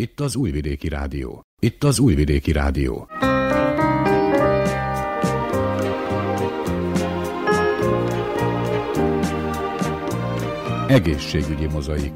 Itt az Újvidéki Rádió. Itt az Újvidéki Rádió. Egészségügyi mozaik.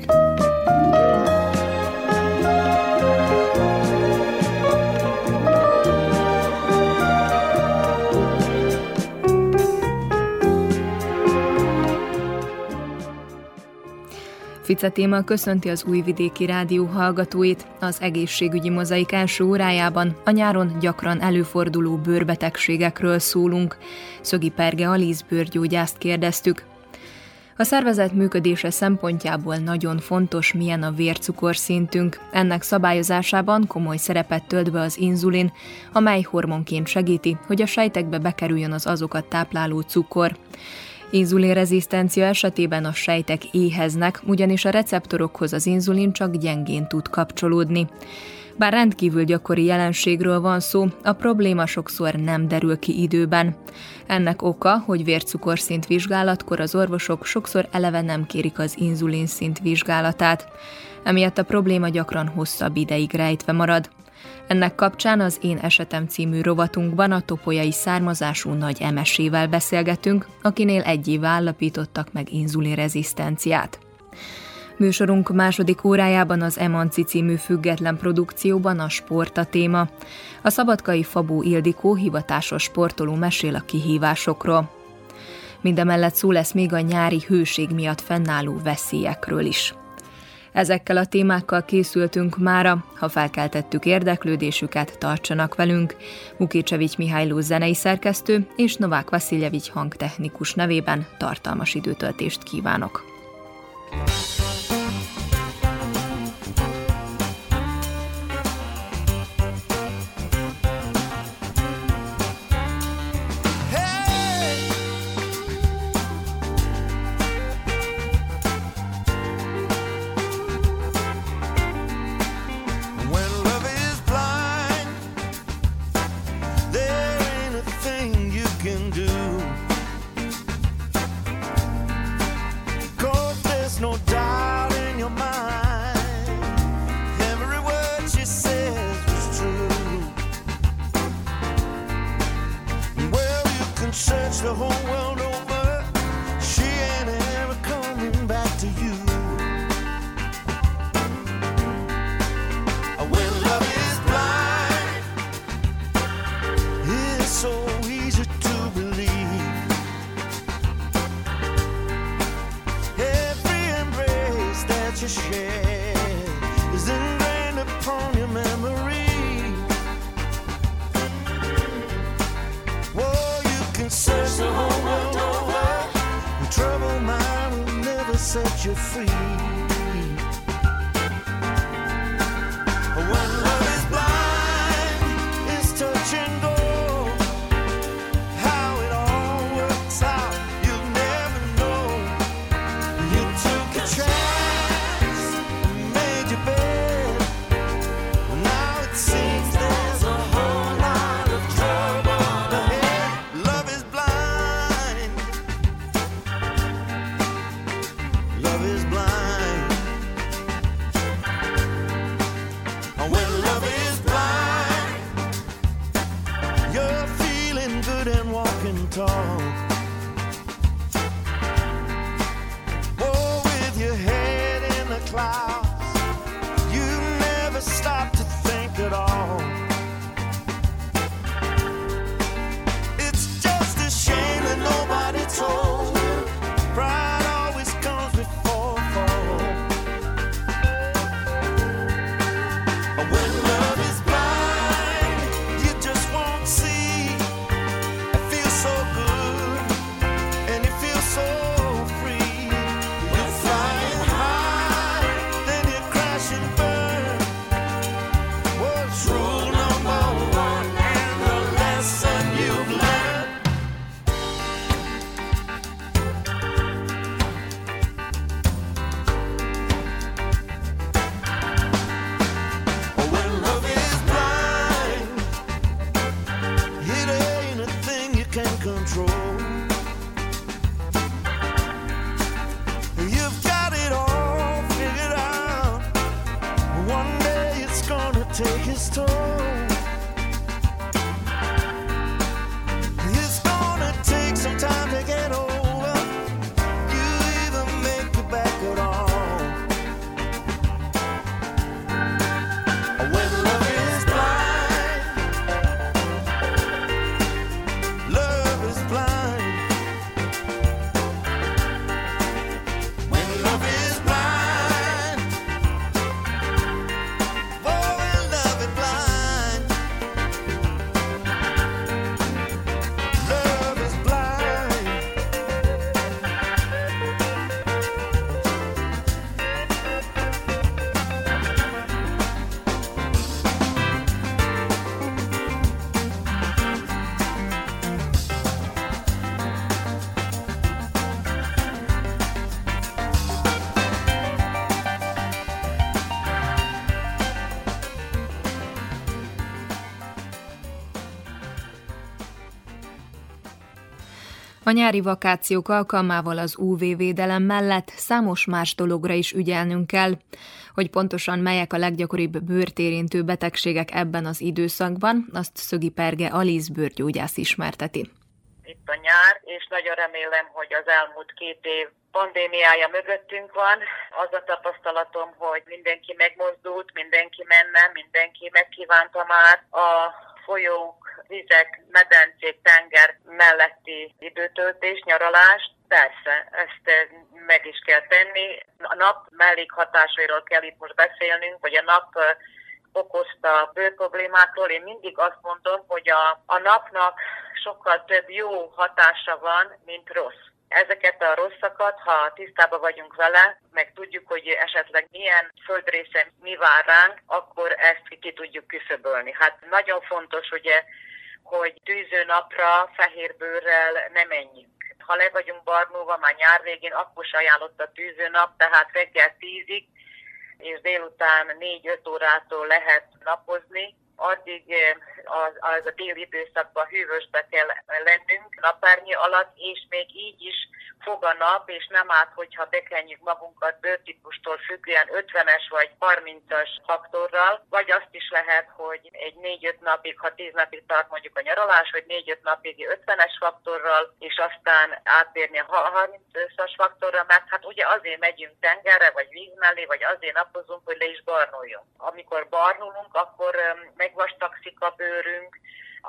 Fice Téma köszönti az Újvidéki Rádió hallgatóit. Az egészségügyi mozaik első órájában a nyáron gyakran előforduló bőrbetegségekről szólunk. Szögi Perge Alíz bőrgyógyászt kérdeztük. A szervezet működése szempontjából nagyon fontos, milyen a vércukorszintünk. Ennek szabályozásában komoly szerepet tölt be az inzulin, amely hormonként segíti, hogy a sejtekbe bekerüljön az azokat tápláló cukor. Inzulinrezisztencia esetében a sejtek éheznek, ugyanis a receptorokhoz az inzulin csak gyengén tud kapcsolódni. Bár rendkívül gyakori jelenségről van szó, a probléma sokszor nem derül ki időben. Ennek oka, hogy vércukorszint vizsgálatkor az orvosok sokszor eleve nem kérik az inzulinszint vizsgálatát. Emiatt a probléma gyakran hosszabb ideig rejtve marad. Ennek kapcsán az Én esetem című rovatunkban a topolyai származású nagy emesével beszélgetünk, akinél 1 éve állapítottak meg inzulinrezisztenciát. Műsorunk második órájában az Emanci című független produkcióban a sport a téma. A szabadkai Szabó Ildikó hivatásos sportoló mesél a kihívásokról. Mindemellett szó lesz még a nyári hőség miatt fennálló veszélyekről is. Ezekkel a témákkal készültünk mára, ha felkeltettük érdeklődésüket, tartsanak velünk. Mukicsevics Mihályló zenei szerkesztő és Novák Vasiljevics hangtechnikus nevében tartalmas időtöltést kívánok. Set you free. When love is blind, it's touch and go. How it all works out, you never know. You took a chance, made your bed. Now it seems there's a whole lot of trouble ahead. Love is blind. Love is blind. take its toll. It's gonna take some time to get over. You even make it back at all. When love is blind, love is blind. When love is blind, oh, when love is blind, love is blind. A nyári vakációk alkalmával az UV-védelem mellett számos más dologra is ügyelnünk kell. Hogy pontosan melyek a leggyakoribb bőrt érintő betegségek ebben az időszakban, azt Szögi Perge Aliz bőrgyógyász ismerteti. Itt a nyár, és nagyon remélem, hogy az elmúlt 2 év pandémiája mögöttünk van. Az a tapasztalatom, hogy mindenki megmozdult, mindenki menne, mindenki megkívánta már a folyók, vizek, medencék, tenger melletti időtöltés, nyaralást. Persze, ezt meg is kell tenni. A nap mellékhatásairól kell itt most beszélnünk, hogy a nap okozta bőrproblémákról. Én mindig azt mondom, hogy a napnak sokkal több jó hatása van, mint rossz. Ezeket a rosszakat, ha tisztában vagyunk vele, meg tudjuk, hogy esetleg milyen földrészen mi vár ránk, akkor ezt ki tudjuk küszöbölni. Hát nagyon fontos, ugye, hogy tűző napra fehér bőrrel ne menjünk. Ha le vagyunk barnulva már nyár végén, akkor is ajánlott a tűző nap, tehát reggel 10-ig és délután 4-5 órától lehet napozni. Addig az a téli időszakban hűvösbe kell lennünk napárnyi alatt, és még így is fog a nap, és nem árt, hogyha bekenjük magunkat bőrtípustól függően 50-es vagy 30-as faktorral, vagy azt is lehet, hogy egy 4-5 napig, ha 10 napig tart mondjuk a nyaralás, hogy 4-5 napig 50-es faktorral, és aztán átérni a 30-as faktorra, mert hát ugye azért megyünk tengerre, vagy víz mellé, vagy azért napozunk, hogy le is barnuljunk. Amikor barnulunk, akkor megvastagszik a bőrünk,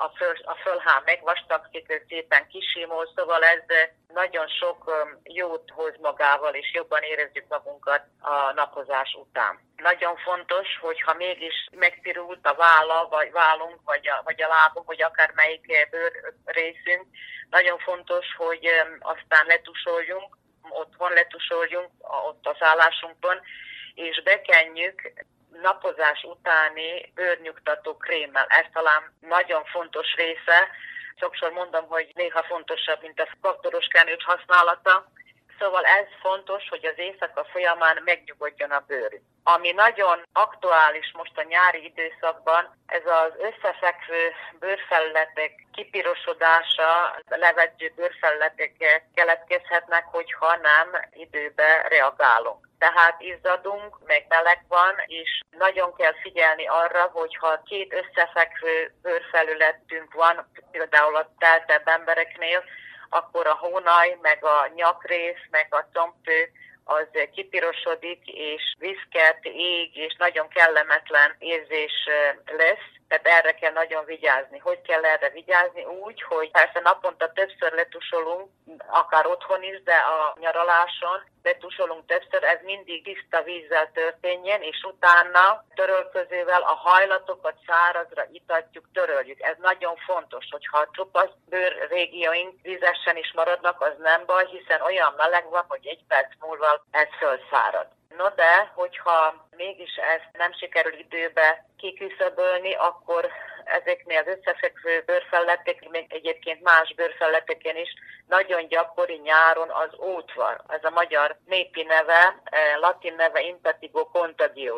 a fölhám megvastagszik, szépen kisimul, szóval ez nagyon sok jót hoz magával, és jobban érezzük magunkat a napozás után. Nagyon fontos, hogyha mégis megpirult a válla, vagy vállunk, vagy a lábunk, vagy akármelyik bőrrészünk, nagyon fontos, hogy aztán letusoljunk, otthon letusoljunk, ott az állásunkon, és bekenjük napozás utáni bőrnyugtató krémmel. Ez talán nagyon fontos része. Sokszor mondom, hogy néha fontosabb, mint a faktoros kenős használata. Szóval ez fontos, hogy az éjszaka folyamán megnyugodjon a bőrünk. Ami nagyon aktuális most a nyári időszakban, ez az összefekvő bőrfelületek kipirosodása, levedző bőrfelületek keletkezhetnek, hogyha nem időbe reagálunk. Tehát izzadunk, meg meleg van, és nagyon kell figyelni arra, hogyha 2 összefekvő bőrfelületünk van, például a teltebb embereknél, akkor a hónaj, meg a nyakrész, meg a combtő az kipirosodik, és viszket, ég, és nagyon kellemetlen érzés lesz. Tehát erre kell nagyon vigyázni. Hogy kell erre vigyázni? Úgy, hogy persze naponta többször letusolunk, akár otthon is, de a nyaraláson letusolunk többször, ez mindig tiszta vízzel történjen, és utána törölközővel a hajlatokat szárazra itatjuk, töröljük. Ez nagyon fontos, hogyha a csupasz bőrrégióink vízesen is maradnak, az nem baj, hiszen olyan meleg van, hogy 1 perc múlva ez felszárad. No de, hogyha mégis ezt nem sikerül időbe kiküszöbölni, akkor ezeknél az összefekvő bőrfelületek, még egyébként más bőrfelületeken is nagyon gyakori nyáron az ótvar. Ez a magyar népi neve, latin neve impetigo contagiosa.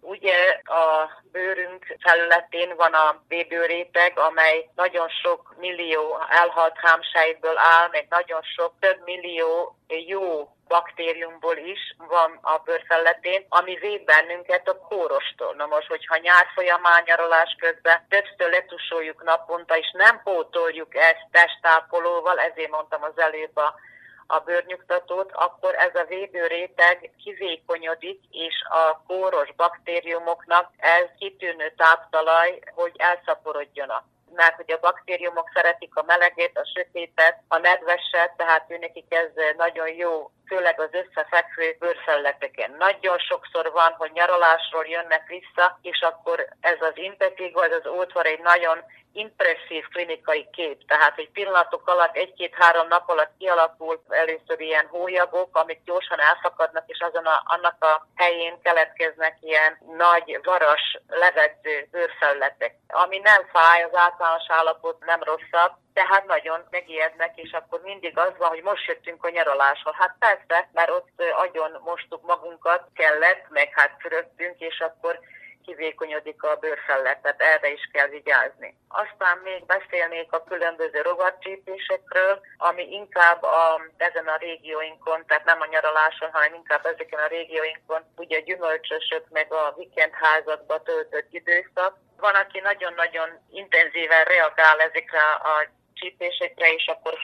Ugye a bőrünk felületén van a vébőréteg, amely nagyon sok millió elhalt hámsejtből áll, meg nagyon sok, több millió jó baktériumból is van a bőrfelületén, ami véd bennünket a kórostól. Na most, hogyha nyár folyamán, nyaralás közben többször letusoljuk naponta, és nem pótoljuk ezt testápolóval, ezért mondtam az előbb a bőrnyugtatót, akkor ez a vébőréteg kivékonyodik, és a kóros baktériumoknak ez kitűnő táptalaj, hogy elszaporodjanak. Mert hogy a baktériumok szeretik a meleget, a sötétet, a nedveset, tehát őnekik ez nagyon jó, főleg az összefekvő bőrfelületeken. Nagyon sokszor van, hogy nyaralásról jönnek vissza, és akkor ez az impetigo, ez az ótvar egy nagyon impresszív klinikai kép. Tehát, hogy pillanatok alatt, 1-2-3 nap alatt kialakul először ilyen hólyagok, amik gyorsan elszakadnak, és annak a helyén keletkeznek ilyen nagy, varas, levegző bőrfelületek. Ami nem fáj, az általános állapot nem rosszabb, tehát nagyon megijednek, és akkor mindig az van, hogy most jöttünk a nyaralásról. Hát persze, mert ott agyon mostuk magunkat, kellett, meg hát fürödtünk, és akkor kivékonyodik a bőrfelület, tehát erre is kell vigyázni. Aztán még beszélnék a különböző rovarcsípésekről, ami inkább ezen a régióinkon, tehát nem a nyaraláson, hanem inkább ezeken a régióinkon, ugye a gyümölcsösök meg a vikendházakba töltött időszak. Van, aki nagyon-nagyon intenzíven reagál ezekre a csípésekre, és akkor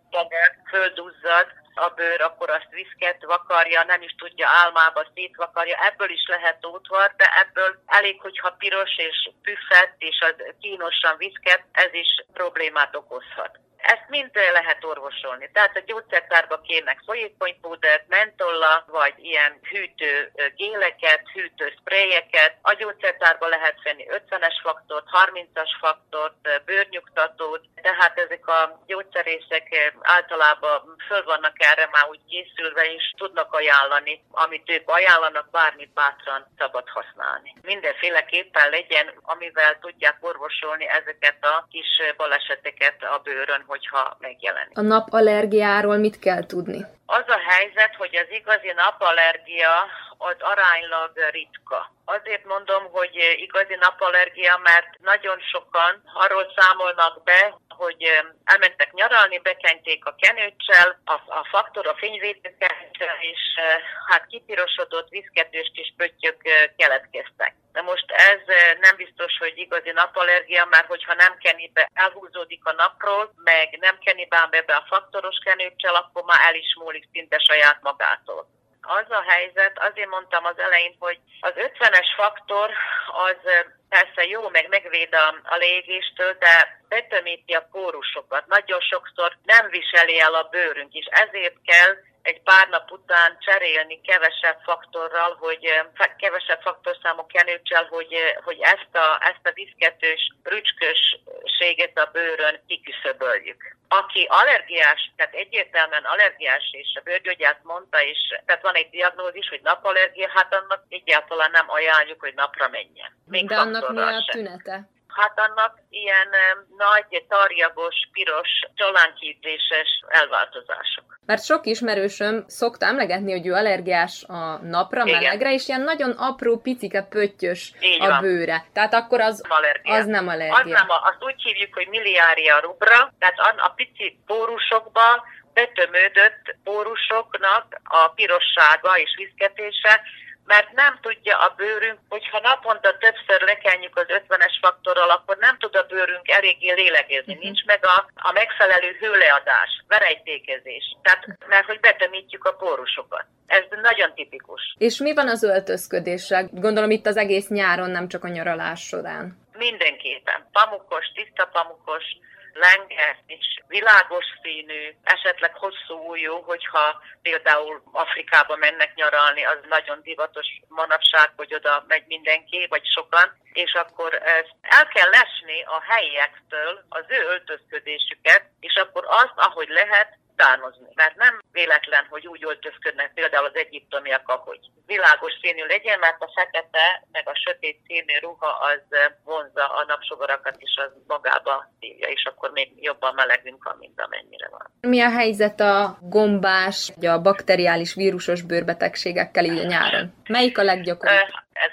földuzzad a bőr, akkor azt viszket, vakarja, nem is tudja, álmába szétvakarja. Ebből is lehet ótvar, de ebből elég, hogyha piros és püffett, és az kínosan viszket, ez is problémát okozhat. Ezt mind lehet orvosolni. Tehát a gyógyszertárba kérnek folyékonypúdert, mentolla, vagy ilyen hűtő géleket, hűtő sprayeket. A gyógyszertárba lehet venni 50-es faktort, 30-as faktort, bőrnyugtatót, tehát ezek a gyógyszerészek általában föl vannak erre már úgy készülve, és tudnak ajánlani, amit ők ajánlanak, bármit bátran szabad használni. Mindenféleképpen legyen, amivel tudják orvosolni ezeket a kis baleseteket a bőrön, hogyha megjelenik. A napallergiáról mit kell tudni? Az a helyzet, hogy az igazi napallergia az aránylag ritka. Azért mondom, hogy igazi napallergia, mert nagyon sokan arról számolnak be, hogy elmentek nyaralni, bekenték a kenőccsel, a faktor, a fényvédőkenőccsel, és hát kipirosodott, viszketős kis pöttyök keletkeztek. De most ez nem biztos, hogy igazi napallergia, mert hogyha nem keni be, elhúzódik a napról, meg nem keni be a faktoros kenőccsel, akkor már el is múlik szinte saját magától. Az a helyzet, azért mondtam az elején, hogy az 50-es faktor az persze jó, meg megvéd a légéstől, de betömíti a pórusokat. Nagyon sokszor nem viseli el a bőrünk, és ezért kell egy pár nap után cserélni kevesebb faktorral, kevesebb faktorszámú kenőccsel, hogy ezt a viszketős, rücskösséget a bőrön kiküszöböljük. Aki allergiás, tehát egyértelműen allergiás, és a bőrgyógyász mondta, és tehát van egy diagnózis, hogy napallergia, hát annak egyáltalán nem ajánljuk, hogy napra menjen. Még de annak mi a tünete? Hát annak ilyen nagy, tarjagos, piros, csalánkítéses elváltozások. Mert sok ismerősöm szokta emlegetni, hogy ő allergiás a napra, igen, melegre, és ilyen nagyon apró, picike, pöttyös a bőre. Tehát akkor az nem allergia. Azt úgy hívjuk, hogy miliária rubra, tehát a pici pórusokba betömődött pórusoknak a pirossága és viszketése, mert nem tudja a bőrünk, hogyha naponta többször lekenjük az 50-es faktorral, akkor nem tud a bőrünk eléggé lélegezni. Nincs meg a megfelelő hőleadás, verejtékezés. Tehát, mert hogy betömítjük a pórusokat. Ez nagyon tipikus. És mi van az öltözködéssel? Gondolom itt az egész nyáron, nem csak a nyaralás során. Mindenképpen. Pamukos, tiszta pamukos, lenger és világos színű, esetleg hosszú ujjú, hogyha például Afrikába mennek nyaralni, az nagyon divatos manapság, hogy oda megy mindenki, vagy sokan, és akkor el kell lesni a helyiektől az ő öltözködésüket, és akkor azt, ahogy lehet, származni. Mert nem véletlen, hogy úgy öltözködnek például az egyiptomiak, ahogy világos színű legyen, mert a fekete, meg a sötét színű ruha az vonzza a napsugarakat, és az magába szívja, és akkor még jobban melegünk, mint amennyire van. Mi a helyzet a gombás, a bakteriális vírusos bőrbetegségekkel így a nyáron? Melyik a leggyakoribb? Ez az ótvar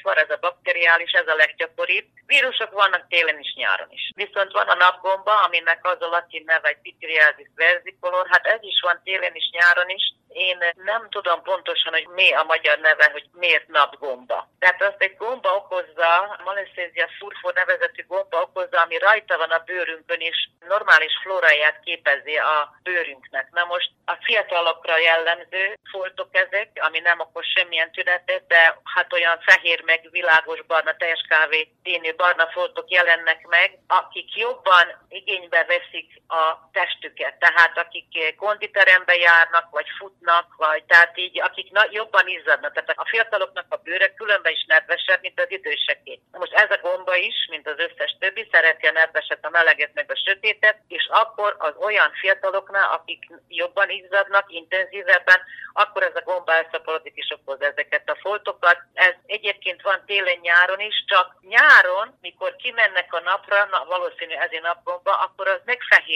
vírusvár, ez a bakteriális, ez a leggyakoribb. Vírusok vannak télen is, nyáron is. Viszont van a napgomba, aminek az a latin neve, egy Pityriasis versicolor, hát ez is van télen is, nyáron is. Én nem tudom pontosan, hogy mi a magyar neve, hogy miért napgomba. Tehát azt egy gomba okozza, a Malassezia sulfur nevezetű gomba okozza, ami rajta van a bőrünkön, és normális flóráját képezi a bőrünknek. Na most a fiatalokra jellemző foltok ezek, ami nem okoz semmilyen tünetet, de hát olyan fehér meg világos barna, teljes kávé színű barna foltok jelennek meg, akik jobban igénybe veszik a testüket. Tehát akik konditerembe járnak, vagy futnak, vagy tehát így, akik jobban izzadnak. Tehát a fiataloknak a bőre különben is nedvesebb, mint az időseké. Most ez a gomba is, mint az összes többi, szereti a nedveset, a meleget, meg a sötétet, és akkor az olyan fiataloknál, akik jobban izzadnak, intenzívebben, akkor ez a gomba elszaporodik és okoz ezeket a foltokat. Ez egyébként van télen-nyáron is, csak nyáron, mikor kimennek a napra, valószínű ezért napgomba, akkor az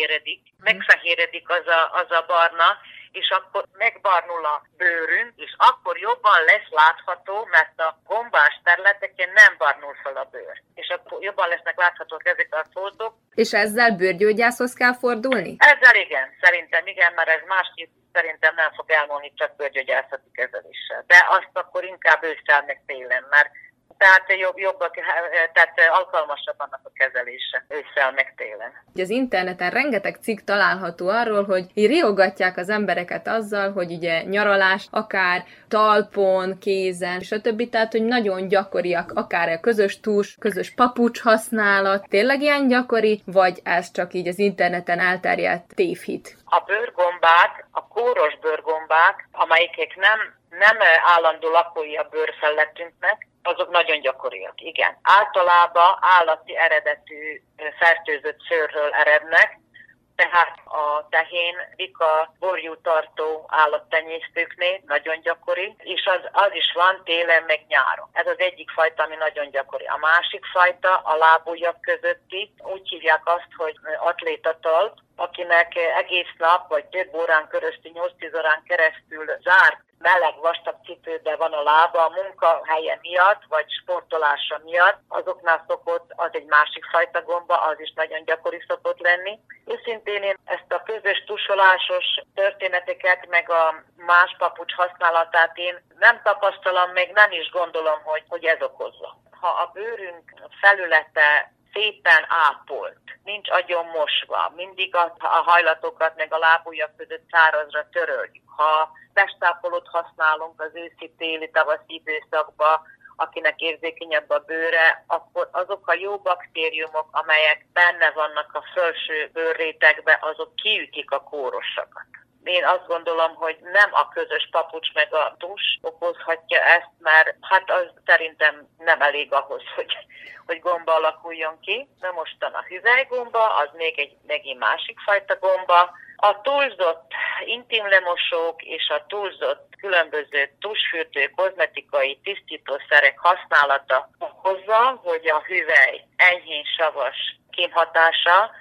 megfehéredik az a barna, és akkor megbarnul a bőrünk, és akkor jobban lesz látható, mert a gombás területeken nem barnul fel a bőr. És akkor jobban lesznek láthatók ezek a foltok. És ezzel bőrgyógyászhoz kell fordulni? Ezzel igen, szerintem igen, mert ez másképp szerintem nem fog elmúlni csak bőrgyógyászati kezeléssel. De azt akkor inkább ősszel meg télen, mert tehát jobbak, tehát alkalmasabb annak a kezelése ősszel meg télen. Az interneten rengeteg cikk található arról, hogy riogatják az embereket azzal, hogy ugye nyaralás, akár talpon, kézen, stb. Tehát, hogy nagyon gyakoriak, akár a közös tus, közös papucs használat. Tényleg ilyen gyakori, vagy ez csak így az interneten elterjedt tévhit? A bőrgombák, a kóros bőrgombák, amelyikek nem állandó lakói a bőrfelületünknek, azok nagyon gyakoriak, igen. Általában állati eredetű fertőzött szőrről erednek, tehát a tehén, bika, borjú tartó állattenyésztőknél nagyon gyakori, és az is van télen meg nyáron. Ez az egyik fajta, ami nagyon gyakori. A másik fajta a lábujjak közötti, úgy hívják azt, hogy atlétatalp, akinek egész nap vagy több órán keresztül, 8-10 órán keresztül zárt, meleg, vastag cipőben van a lába a munkahelye miatt, vagy sportolása miatt, azoknál szokott, az egy másik fajta gomba, az is nagyon gyakori szokott lenni. Őszintén én ezt a közös tusolásos történeteket, meg a más papucs használatát én nem tapasztalom, még nem is gondolom, hogy ez okozza. Ha a bőrünk felülete szépen ápolt, nincs agyon mosva, mindig a hajlatokat meg a lábujjak között szárazra töröljük. Ha testápolót használunk az őszi-téli tavaszi időszakban, akinek érzékenyebb a bőre, akkor azok a jó baktériumok, amelyek benne vannak a felső bőrrétegben, azok kiütik a kórosakat. Én azt gondolom, hogy nem a közös papucs meg a tus okozhatja ezt, mert hát az szerintem nem elég ahhoz, hogy gomba alakuljon ki. Na mostan a hüvelygomba, az még egy másik fajta gomba. A túlzott intimlemosók és a túlzott különböző tusfürdő, kozmetikai tisztítószerek használata okozza, hogy a hüvely enyhén savas kémhatása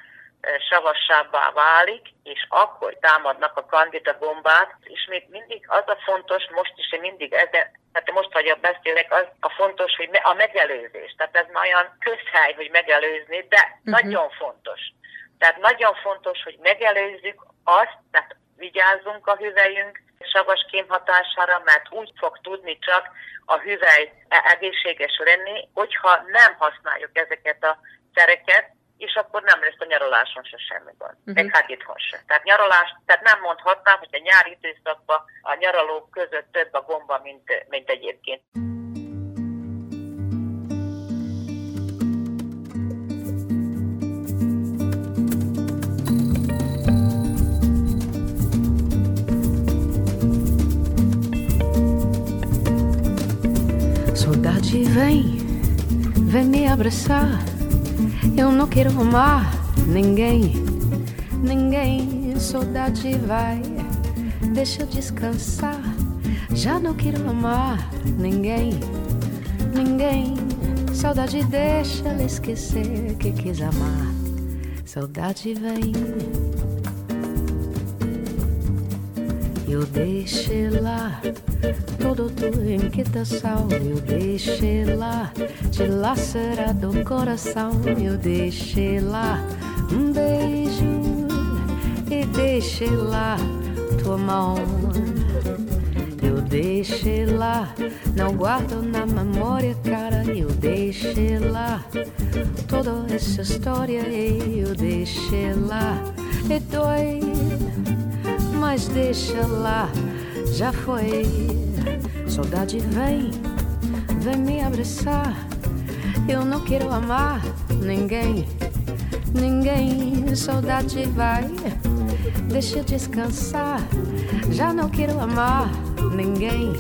savassábbá válik, és akkor támadnak a kandida gombák, és még mindig az a fontos, most is én mindig tehát most, hogy beszélek, az a fontos, hogy a megelőzés. Tehát ez már olyan közhely, hogy megelőzni, de nagyon fontos. Tehát nagyon fontos, hogy megelőzzük azt, tehát vigyázzunk a hüvelyünk savas kémhatására, mert úgy fog tudni csak a hüvely egészséges lenni, hogyha nem használjuk ezeket a szereket, és akkor nem lesz a nyaraláson se semmi gond. Meg hát itthon se. Tehát nyaralás, tehát nem mondhatnám, hogy a nyári időszakban a nyaralók között több a gomba, mint egyébként. Saudade vem me abraçar. Eu não quero amar ninguém. Saudade vai, deixa eu descansar. Já não quero amar ninguém. Saudade deixa ela esquecer que quis amar. Saudade vem eu deixei lá toda tua inquietação, eu deixei lá te lacerar do coração, eu deixei lá beijo e deixei lá tua mão. Eu deixei lá, não guardo na memória, cara. Eu deixei lá toda essa história, eu deixei lá. E dói, mas deixa lá, já foi. Saudade vem me abraçar. Eu não quero amar ninguém. Saudade vai, deixa descansar. Já não quero amar ninguém.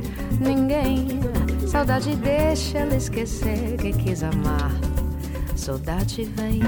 Saudade deixa ela esquecer que quis amar. Saudade vem.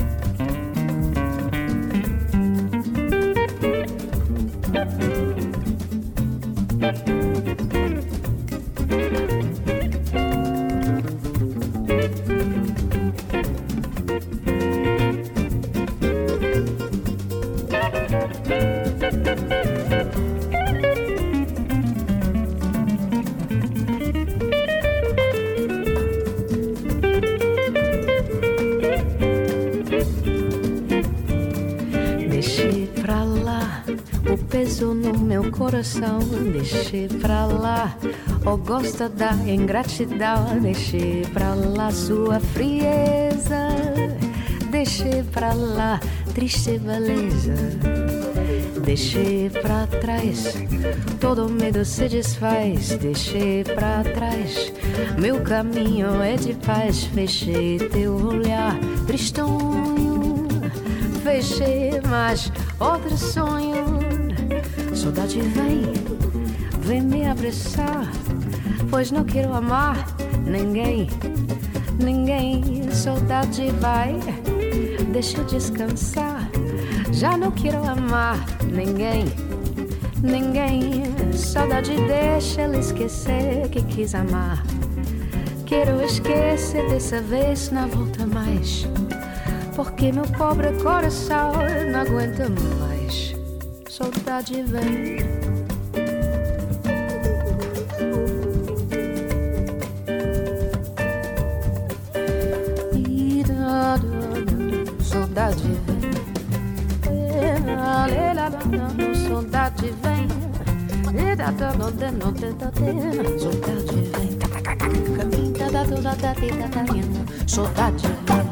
No meu coração, deixei pra lá o gosto da ingratidão, deixei pra lá sua frieza, deixei pra lá triste beleza, deixei pra trás todo medo se desfaz, deixei pra trás meu caminho é de paz, fechei teu olhar tristonho, fechei mais outro sonho. Saudade vem me abraçar, pois não quero amar ninguém. Saudade vai, deixa eu descansar. Já não quero amar ninguém. Saudade deixa ela esquecer que quis amar. Quero esquecer dessa vez, não volta mais, porque meu pobre coração não aguenta mais. Saudade vem. Saudade vem. Saudade vem. Saudade vem.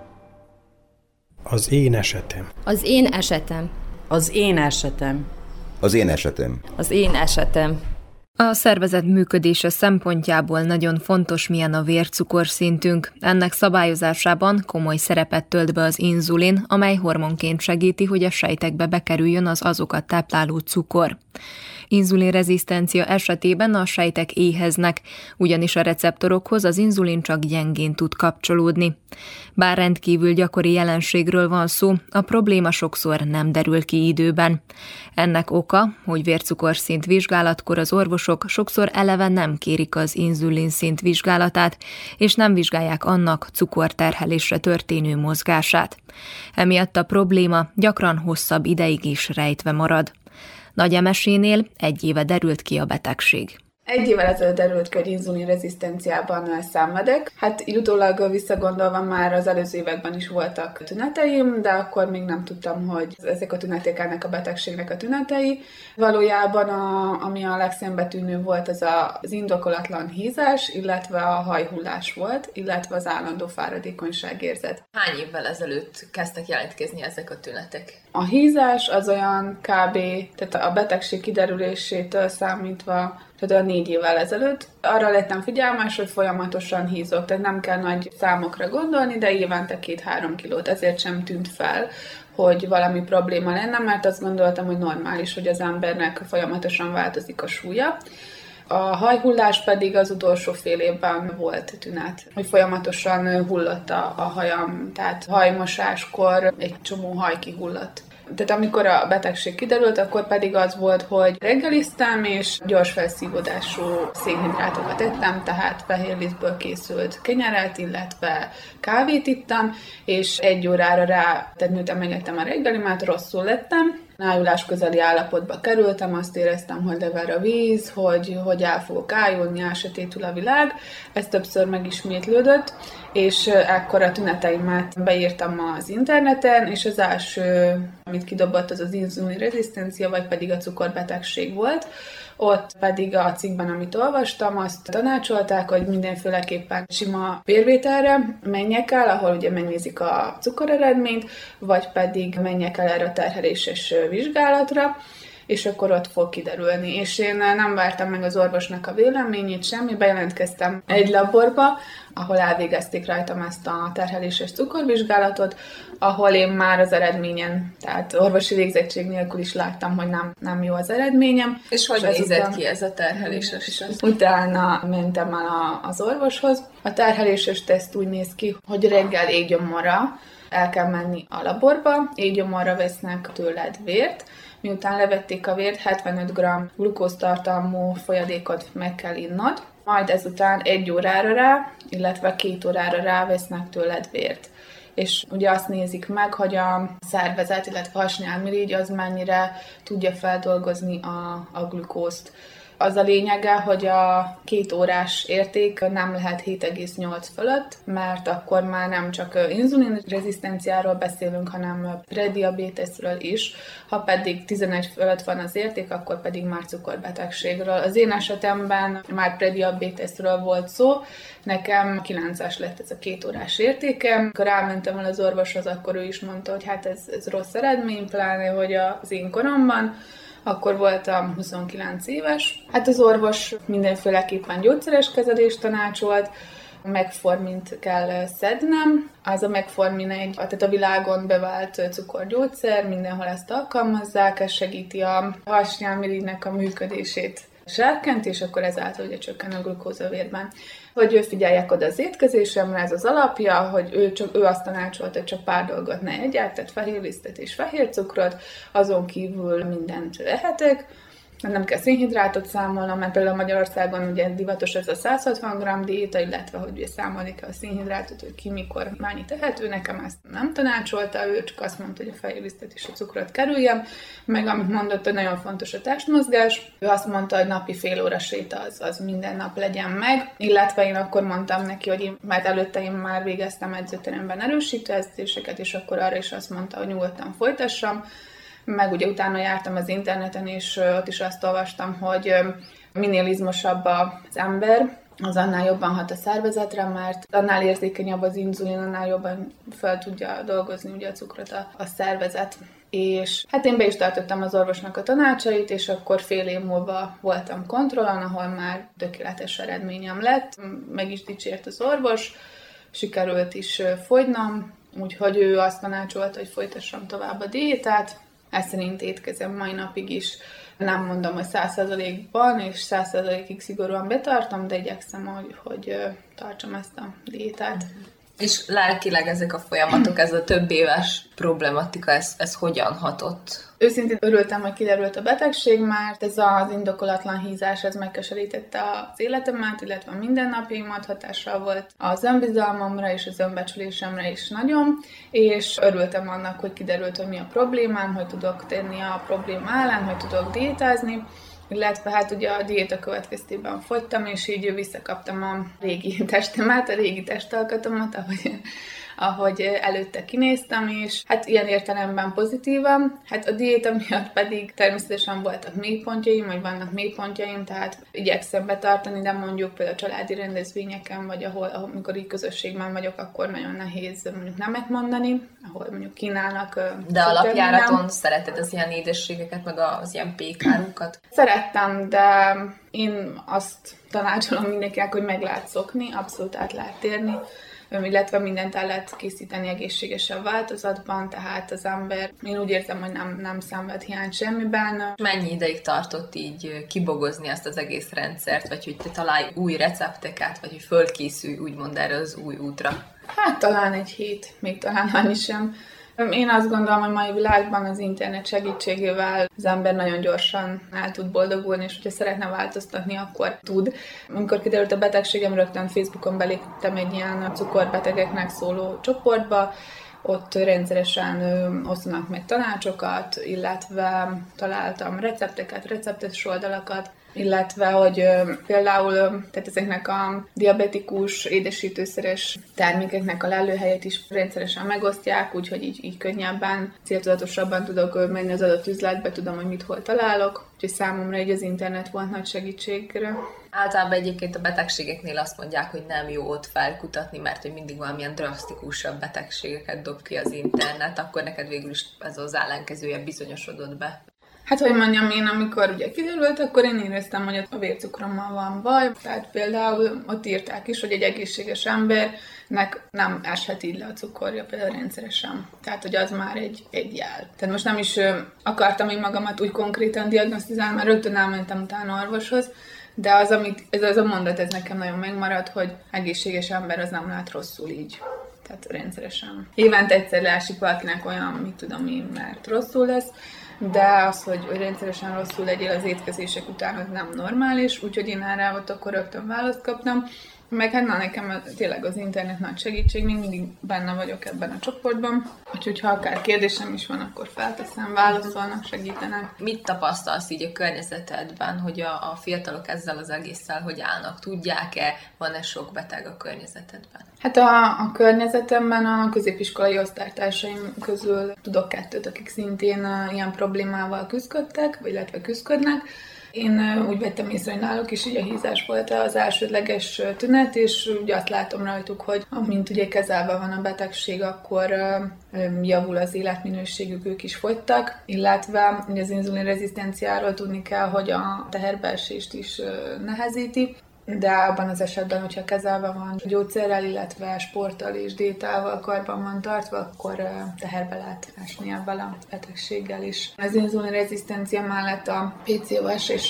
Az én esetem. Az én esetem. Az én esetem. Az én esetem. Az én esetem. A szervezet működése szempontjából nagyon fontos, milyen a vércukorszintünk. Ennek szabályozásában komoly szerepet tölt be az inzulin, amely hormonként segíti, hogy a sejtekbe bekerüljön az azokat tápláló cukor. Inzulinrezisztencia esetében a sejtek éheznek, ugyanis a receptorokhoz az inzulin csak gyengén tud kapcsolódni. Bár rendkívül gyakori jelenségről van szó, a probléma sokszor nem derül ki időben. Ennek oka, hogy vércukorszint vizsgálatkor az orvosok sokszor eleve nem kérik az inzulinszint vizsgálatát, és nem vizsgálják annak cukorterhelésre történő mozgását. Emiatt a probléma gyakran hosszabb ideig is rejtve marad. Nagy Emesénél 1 éve derült ki a betegség. 1 évvel ezelőtt derült ki, hogy inzulinrezisztenciában szenvedek. Hát utólag visszagondolva már az előző években is voltak tüneteim, de akkor még nem tudtam, hogy ezek a tünetek ennek a betegségnek a tünetei. Valójában ami a legszembetűnő volt, az indokolatlan hízás, illetve a hajhullás volt, illetve az állandó fáradékonyságérzet. Hány évvel ezelőtt kezdtek jelentkezni ezek a tünetek? A hízás az olyan kb. Tehát a betegség kiderülésétől számítva, tehát olyan 4 évvel ezelőtt. Arra lettem figyelmes, hogy folyamatosan hízok, tehát nem kell nagy számokra gondolni, de évente 2-3 kilót. Ezért sem tűnt fel, hogy valami probléma lenne, mert azt gondoltam, hogy normális, hogy az embernek folyamatosan változik a súlya. A hajhullás pedig az utolsó fél évben volt tünet, hogy folyamatosan hullott a hajam, tehát hajmosáskor egy csomó haj kihullott. Tehát amikor a betegség kiderült, akkor pedig az volt, hogy reggeliztem, és gyors felszívódású szénhidrátokat ettem, tehát fehérlisztből készült kenyeret, illetve kávét ittam, és 1 órára rá, tehát miután megettem a reggelimet, rosszul lettem, Ájulás közeli állapotba kerültem, azt éreztem, hogy lever a víz, hogy el fogok ájulni, elsötétül a világ. Ez többször megismétlődött, és ekkor a tüneteimet beírtam az interneten, és az első, amit kidobott, az az inzulinrezisztencia, vagy pedig a cukorbetegség volt. Ott pedig a cikkben, amit olvastam, azt tanácsolták, hogy mindenféleképpen sima vérvételre menjek el, ahol ugye megnézik a cukoreredményt, vagy pedig menjek el erre a terheléses vizsgálatra, és akkor ott fog kiderülni. És én nem vártam meg az orvosnak a véleményét, semmi, bejelentkeztem egy laborba, ahol elvégezték rajtam ezt a terheléses cukorvizsgálatot, ahol én már az eredményen, tehát orvosi végzettség nélkül is láttam, hogy nem jó az eredményem. És hogy nézett ki ez a terheléses? Utána mentem el az orvoshoz. A terheléses teszt úgy néz ki, hogy reggel éjgyomorra el kell menni a laborba, éjgyomorra vesznek tőled vért, miután levették a vért, 75 g glukóztartalmú folyadékot meg kell innod, majd ezután 1 órára rá, illetve 2 órára rá vesznek tőled vért. És ugye azt nézik meg, hogy a szervezet, illetve a hasnyálmirigy az mennyire tudja feldolgozni a glukózt. Az a lényege, hogy a 2 órás érték nem lehet 7,8 fölött, mert akkor már nem csak inzulinrezisztenciáról beszélünk, hanem prediabéteszről is. Ha pedig 11 fölött van az érték, akkor pedig már cukorbetegségről. Az én esetemben már prediabéteszről volt szó, nekem 9-es lett ez a 2 órás értékem. Amikor elmentem el az orvoshoz, akkor ő is mondta, hogy hát ez rossz eredmény, pláne, hogy az én koromban. Akkor voltam 29 éves. Hát az orvos mindenféleképpen gyógyszeres kezelést tanácsolt, Metformint kell szednem. Az a Metformin tehát a világon bevált cukorgyógyszer, mindenhol ezt alkalmazzák, ez segíti a hasnyálmirigynek a működését serkent, és akkor ezáltal ugye csökken a glukóz a vérben. Hogy figyeljek oda az étkezésemre, ez az alapja, hogy ő azt tanácsolta, hogy csak pár dolgot ne egyek, tehát fehérlisztet és fehércukrot, azon kívül mindent ehetek. Nem kell szénhidrátot számolnom, mert például Magyarországon ugye divatos ez a 160 g diéta, illetve hogy ugye számolni kell a szénhidrátot, hogy ki mikor mennyit tehető. Nekem ezt nem tanácsolta, ő csak azt mondta, hogy a fehérlisztet és a cukrot kerüljem, meg amit mondott, hogy nagyon fontos a testmozgás. Ő azt mondta, hogy napi fél óra séta az minden nap legyen meg, illetve én akkor mondtam neki, hogy mert előtte én már végeztem edzőteremben erősítő edzéseket, és akkor arra is azt mondta, hogy nyugodtan folytassam. Meg ugye utána jártam az interneten, és ott is azt olvastam, hogy minél izmosabb az ember, az annál jobban hat a szervezetre, mert annál érzékenyebb az inzulin, annál jobban fel tudja dolgozni ugye a cukrot a szervezet. És hát én be is tartottam az orvosnak a tanácsait, és akkor fél év múlva voltam kontrollon, ahol már tökéletes eredményem lett, meg is dicsért az orvos, sikerült is fogynom, úgyhogy ő azt tanácsolta, hogy folytassam tovább a diétát. Ez szerint étkezem mai napig is. Nem mondom, hogy 100%-ban és 100%-ig szigorúan betartom, de igyekszem, hogy tartsam ezt a diétát. És lelkileg ezek a folyamatok, ez a több éves problematika, ez hogyan hatott? Őszintén örültem, hogy kiderült a betegség, mert ez az indokolatlan hízás, ez megkeserítette az életemet, illetve a mindennapjaimat, hatással volt az önbizalmamra és az önbecsülésemre is nagyon, és örültem annak, hogy kiderült, hogy mi a problémám, hogy tudok tenni a probléma ellen, hogy tudok diétázni, illetve hát ugye a diéta következtében fogytam, és így visszakaptam a régi testemet, a régi testalkatomat, ahogy előtte kinéztem, és hát ilyen értelemben pozitívan. Hát a diéta miatt pedig természetesen voltak mélypontjaim, vagy vannak mélypontjaim, tehát igyekszem betartani, de mondjuk például a családi rendezvényeken, vagy amikor így közösségben vagyok, akkor nagyon nehéz mondjuk nemet mondani, ahol mondjuk kínálnak. De alapjáraton szereted az ilyen édességeket, meg az ilyen pékárukat? Szerettem, de én azt tanácsolom mindenkinek, hogy meg lehet szokni, abszolút át lehet térni, illetve mindent el lehet készíteni egészségesebb változatban, tehát az ember, én úgy érzem, hogy nem szenved hiányt semmiben. Mennyi ideig tartott így kibogozni ezt az egész rendszert, vagy hogy te találj új recepteket, vagy hogy fölkészülj úgymond erre az új útra? Hát talán egy hét, még talán annyi sem. Én azt gondolom, hogy mai világban az internet segítségével az ember nagyon gyorsan el tud boldogulni, és hogyha szeretne változtatni, akkor tud. Amikor kiderült a betegségem, rögtön Facebookon beléptem egy ilyen cukorbetegeknek szóló csoportba, ott rendszeresen osztanak meg tanácsokat, illetve találtam recepteket, receptes oldalakat, illetve, hogy például tehát ezeknek a diabetikus, édesítőszeres termékeknek a lelőhelyét is rendszeresen megosztják, úgyhogy így könnyebben, céltudatosabban tudok menni az adott üzletbe, tudom, hogy mit hol találok, úgyhogy számomra így az internet volt nagy segítségre. Általában egyébként a betegségeknél azt mondják, hogy nem jó ott felkutatni, mert hogy mindig valamilyen drasztikusabb betegségeket dob ki az internet, akkor neked végül is ez az ellenkezője bizonyosodott be. Hát, hogy mondjam, én amikor ugye kiderült, akkor én éreztem, hogy a vércukrommal van baj. Tehát például ott írták is, hogy egy egészséges embernek nem eshet így le a cukorja például rendszeresen. Tehát, hogy az már egy jel. Tehát most nem is akartam én magamat úgy konkrétan diagnosztizálni, mert rögtön elmentem utána orvoshoz, de az, amit, ez a mondat, ez nekem nagyon megmaradt, hogy egészséges ember az nem lát rosszul így. Tehát rendszeresen. Évente egyszer leesik valakinek olyan, mit tudom én, mert rosszul lesz, de az, hogy rendszeresen rosszul legyél az étkezések után, az nem normális, úgyhogy én erre ott akkor rögtön választ kaptam. Meg hát nekem tényleg az internet nagy segítség, még mindig benne vagyok ebben a csoportban, úgyhogy ha akár kérdésem is van, akkor felteszem, válaszolnak, segítenek. Mit tapasztalsz így a környezetedben, hogy a fiatalok ezzel az egésszel hogy állnak? Tudják-e, van-e sok beteg a környezetedben? Hát a környezetemben a középiskolai osztálytársaim közül tudok 2, akik szintén ilyen problémával küzdködtek, vagy illetve küzdködnek. Én úgy vettem észre, hogy náluk is így a hízás volt az elsődleges tünet, és ugye azt látom rajtuk, hogy amint ugye kezelve van a betegség, akkor javul az életminőségük, ők is fogytak, illetve ugye az inzulinrezisztenciáról tudni kell, hogy a teherbeesést is nehezíti, de abban az esetben, hogyha kezelve van gyógyszerrel, illetve sporttal és diétával karban van tartva, akkor teherbe lehet esni ebben a betegséggel is. Az inzulinrezisztencia mellett a PCOS és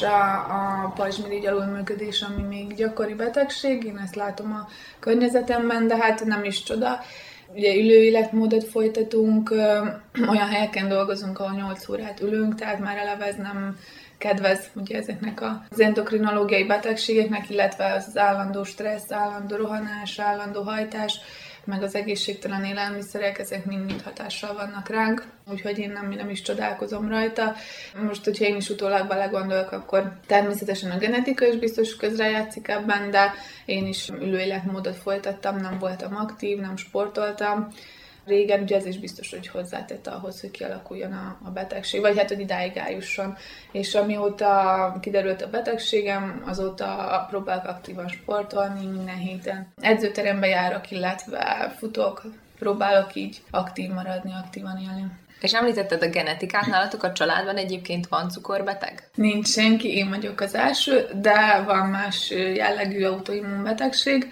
a pajzsmirigy alulműködés, ami még gyakori betegség, én ezt látom a környezetemben, de hát nem is csoda. Ugye ülő életmódot folytatunk, olyan helyeken dolgozunk, ahol 8 órát ülünk, tehát már eleve ez nem kedvez ugye ezeknek az endokrinológiai betegségeknek, illetve az állandó stressz, állandó rohanás, állandó hajtás, meg az egészségtelen élelmiszerek, ezek mind hatással vannak ránk, úgyhogy én nem is csodálkozom rajta. Most, hogyha én is utólag belegondolok, akkor természetesen a genetika is biztos közrejátszik ebben, de én is ülő életmódot folytattam, nem voltam aktív, nem sportoltam. Régen ugye ez is biztos, hogy hozzátett ahhoz, hogy kialakuljon a betegség, vagy hát, hogy idáig eljusson. És amióta kiderült a betegségem, azóta próbálok aktívan sportolni minden héten. Edzőterembe járok, illetve futok, próbálok így aktív maradni, aktívan élni. És említetted a genetikát, nálatok a családban egyébként van cukorbeteg? Nincs senki, én vagyok az első, de van más jellegű autoimmunbetegség.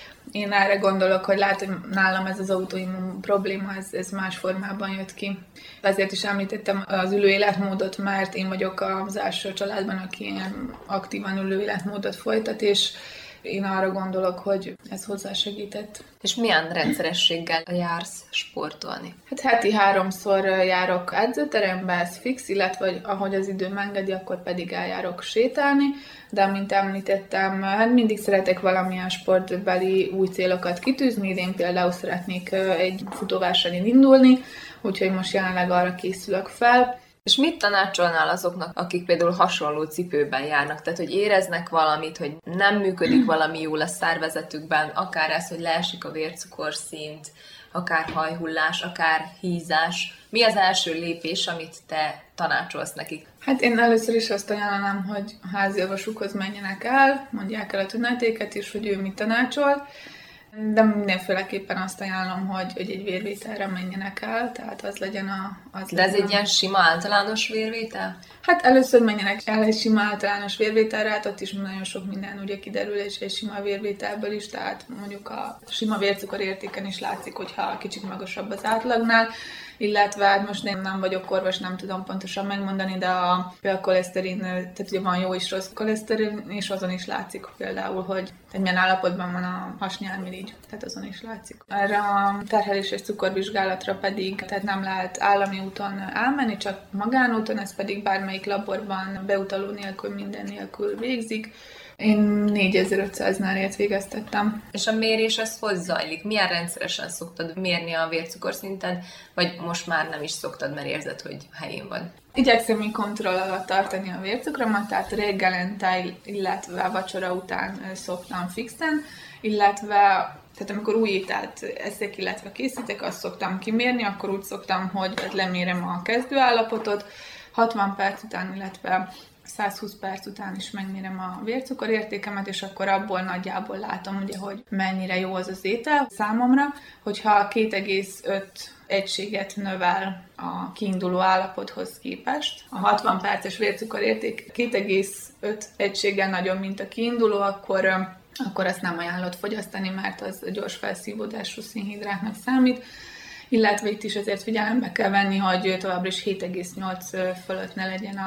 Én erre gondolok, hogy lehet, hogy nálam ez az autoimmun probléma, ez más formában jött ki. Ezért is említettem az ülő életmódot, mert én vagyok az első családban, aki ilyen aktívan ülő életmódot folytat, és én arra gondolok, hogy ez hozzásegített. És milyen rendszerességgel jársz sportolni? Hát heti 3-szor járok edzőterembe, ez fix, illetve ahogy az időm engedi, akkor pedig eljárok sétálni, de mint említettem, hát mindig szeretek valamilyen sportbeli új célokat kitűzni, én például szeretnék egy futóversenyen indulni, úgyhogy most jelenleg arra készülök fel. És mit tanácsolnál azoknak, akik például hasonló cipőben járnak? Tehát, hogy éreznek valamit, hogy nem működik valami jól a szervezetükben, akár ez, hogy leesik a vércukorszint, akár hajhullás, akár hízás. Mi az első lépés, amit te tanácsolsz nekik? Hát én először is azt ajánlanám, hogy a háziorvosukhoz menjenek el, mondják el a tünetéket is, hogy ő mit tanácsol, de mindenféleképpen azt ajánlom, hogy egy vérvételre menjenek el, tehát az legyen De ez egy ilyen sima általános vérvétel? Hát először menjenek el egy sima általános vérvételre, hát ott is nagyon sok minden ugye kiderül, és egy sima vérvételből is, tehát mondjuk a sima vércukorértéken is látszik, hogyha kicsit magasabb az átlagnál, illetve hát most én nem vagyok orvos, nem tudom pontosan megmondani, de a koleszterin, tehát ugye van jó és rossz koleszterin, és azon is látszik például, hogy milyen állapotban van a hasnyálmirigy, tehát azon is látszik. Erre a terhelés és cukorvizsgálatra pedig, tehát nem lehet állami úton elmenni, csak magánúton, ez pedig bármelyik laborban beutaló nélkül, minden nélkül végzik, Én 4500-nál végeztettem. És a mérés az hogy zajlik? Milyen rendszeresen szoktad mérni a vércukorszinted, vagy most már nem is szoktad, mert érzed, hogy helyén van? Igyekszem így kontroll alatt tartani a vércukromat, tehát reggelente, illetve vacsora után szoktam fixen, illetve tehát amikor új ételt eszek, illetve készítek, azt szoktam kimérni, akkor úgy szoktam, hogy lemérem a kezdőállapotot, 60 perc után, illetve 120 perc után is megmérem a vércukorértékemet, és akkor abból nagyjából látom, ugye, hogy mennyire jó az az étel számomra, hogyha 2,5 egységet növel a kiinduló állapothoz képest. A 60 perces vércukorérték 2,5 egységgel nagyobb, mint a kiinduló, akkor azt nem ajánlott fogyasztani, mert az gyors felszívódású szénhidrátnak számít. Illetve itt is azért figyelembe kell venni, hogy továbbra is 7,8 fölött ne legyen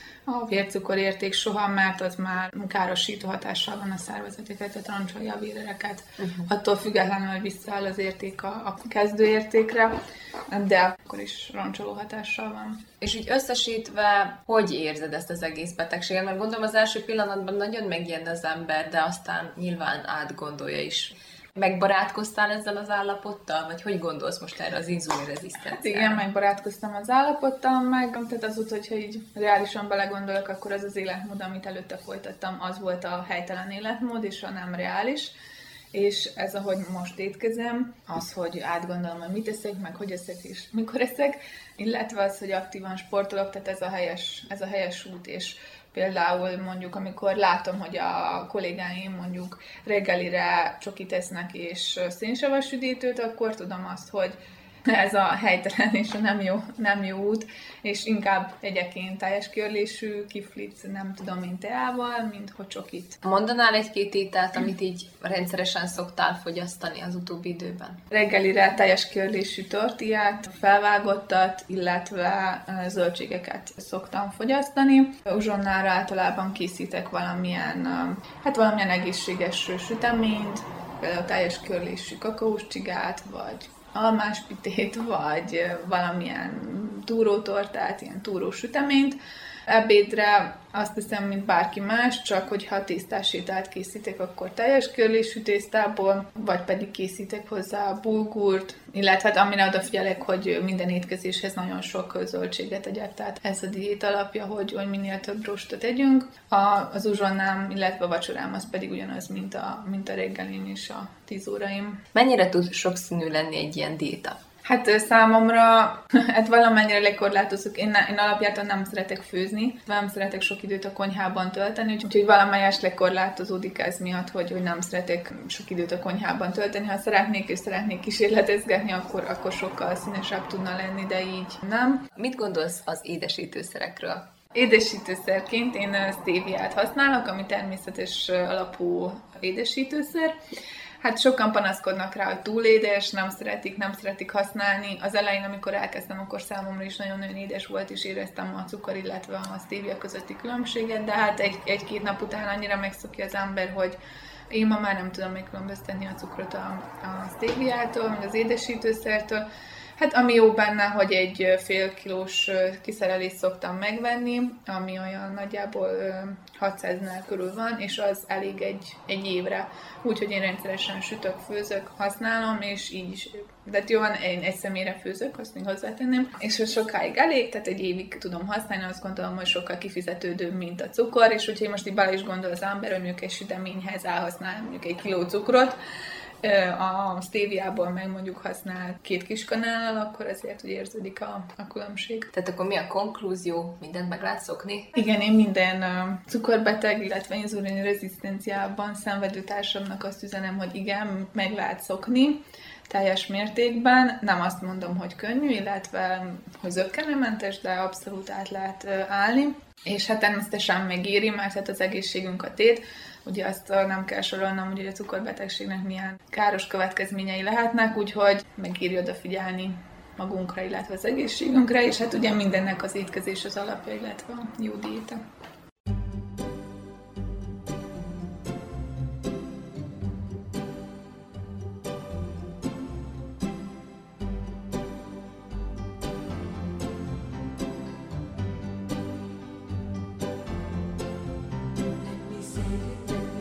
a vércukorérték soha, mert az már károsító hatással van a szervezeteket, tehát roncsolja a vérereket. Attól függetlenül, hogy visszaáll az érték a kezdőértékre, de akkor is roncsoló hatással van. És így összesítve, hogy érzed ezt az egész betegséget? Mert gondolom az első pillanatban nagyon megijedne az ember, de aztán nyilván átgondolja is. Megbarátkoztál ezzel az állapottal? Vagy hogy gondolsz most erre az inzulinrezisztenciára? Igen, megbarátkoztam az állapottal, tehát azóta, hogyha így reálisan belegondolok, akkor az életmód, amit előtte folytattam, az volt a helytelen életmód, és a nem reális. És ez, ahogy most étkezem, az, hogy átgondolom, hogy mit eszek, meg hogy eszek és mikor eszek, illetve az, hogy aktívan sportolok, tehát ez a helyes út, és például mondjuk, amikor látom, hogy a kollégáim mondjuk reggelire csokit esznek és szénsavas üdítőt, akkor tudom azt, hogy ez a helytelen és a nem jó út, és inkább egyek én teljes körlésű kiflit, nem tudom, mint teával, mint hogy csokit. Mondanál egy-két ételt, amit így rendszeresen szoktál fogyasztani az utóbbi időben? Reggelire teljes körlésű tortillát, felvágottat, illetve zöldségeket szoktam fogyasztani. Uzsonnára általában készítek valamilyen egészséges süteményt, például teljes körlésű kakaós csigát, vagy almáspitét, vagy valamilyen túrótortát, ilyen túrós süteményt. Ebédre azt hiszem, mint bárki más, csak hogyha tésztás ételt készítek, akkor teljes körlésű tésztából, vagy pedig készítek hozzá bulgurt, illetve hát amire odafigyelek, hogy minden étkezéshez nagyon sok zöldséget tegyek, tehát ez a diét alapja, hogy minél több rostot tegyünk. Az uzsonnám, illetve a vacsorám az pedig ugyanaz, mint a reggelin és a 10 óraim. Mennyire tud sokszínű lenni egy ilyen diéta? Hát számomra, valamennyire lekorlátozok. Én alapjártan nem szeretek főzni, nem szeretek sok időt a konyhában tölteni, úgyhogy valamelyes lekorlátozódik ez miatt, hogy nem szeretek sok időt a konyhában tölteni. Ha szeretnék kísérletezgetni, akkor sokkal színesebb tudna lenni, de így nem. Mit gondolsz az édesítőszerekről? Édesítőszerként én stéviát használok, ami természetes alapú édesítőszer. Hát sokan panaszkodnak rá, hogy túl édes, nem szeretik használni. Az elején, amikor elkezdtem, akkor számomra is nagyon-nagyon édes volt, és éreztem a cukor, illetve a stevia közötti különbséget, de hát egy-két nap után annyira megszokja az ember, hogy én ma már nem tudom megkülönböztetni a cukrot a steviától, meg az édesítőszertől. Hát ami jó benne, hogy egy fél kilós kiszerelést szoktam megvenni, ami olyan nagyjából 600-nál körül van, és az elég egy évre. Úgyhogy én rendszeresen sütök, főzök, használom, és így is. De jó, én egy személyre főzök, azt még hozzátenném, és hogy sokáig elég, tehát egy évig tudom használni, azt gondolom, hogy sokkal kifizetődőbb, mint a cukor, és hogyha most így bele is gondol az ember, hogy mondjuk egy süteményhez elhasznál mondjuk 1 kiló cukrot, a steviából meg mondjuk használ 2 kiskanállal, akkor ezért úgy érződik a különbség. Tehát akkor mi a konklúzió? Mindent meg lehet szokni? Igen, én minden cukorbeteg, illetve inzulinrezisztenciában szenvedő társamnak azt üzenem, hogy igen, meg lehet szokni teljes mértékben. Nem azt mondom, hogy könnyű, illetve hogy zökkenőmentes, de abszolút át lehet állni. És hát természetesen megéri, mert hát az egészségünk a tét. Ugye azt nem kell sorolnom, hogy a cukorbetegségnek milyen káros következményei lehetnek, úgyhogy megéri odafigyelni magunkra, illetve az egészségünkre, és hát ugye mindennek az étkezés az alapja, illetve a jó diéta. Let me say it.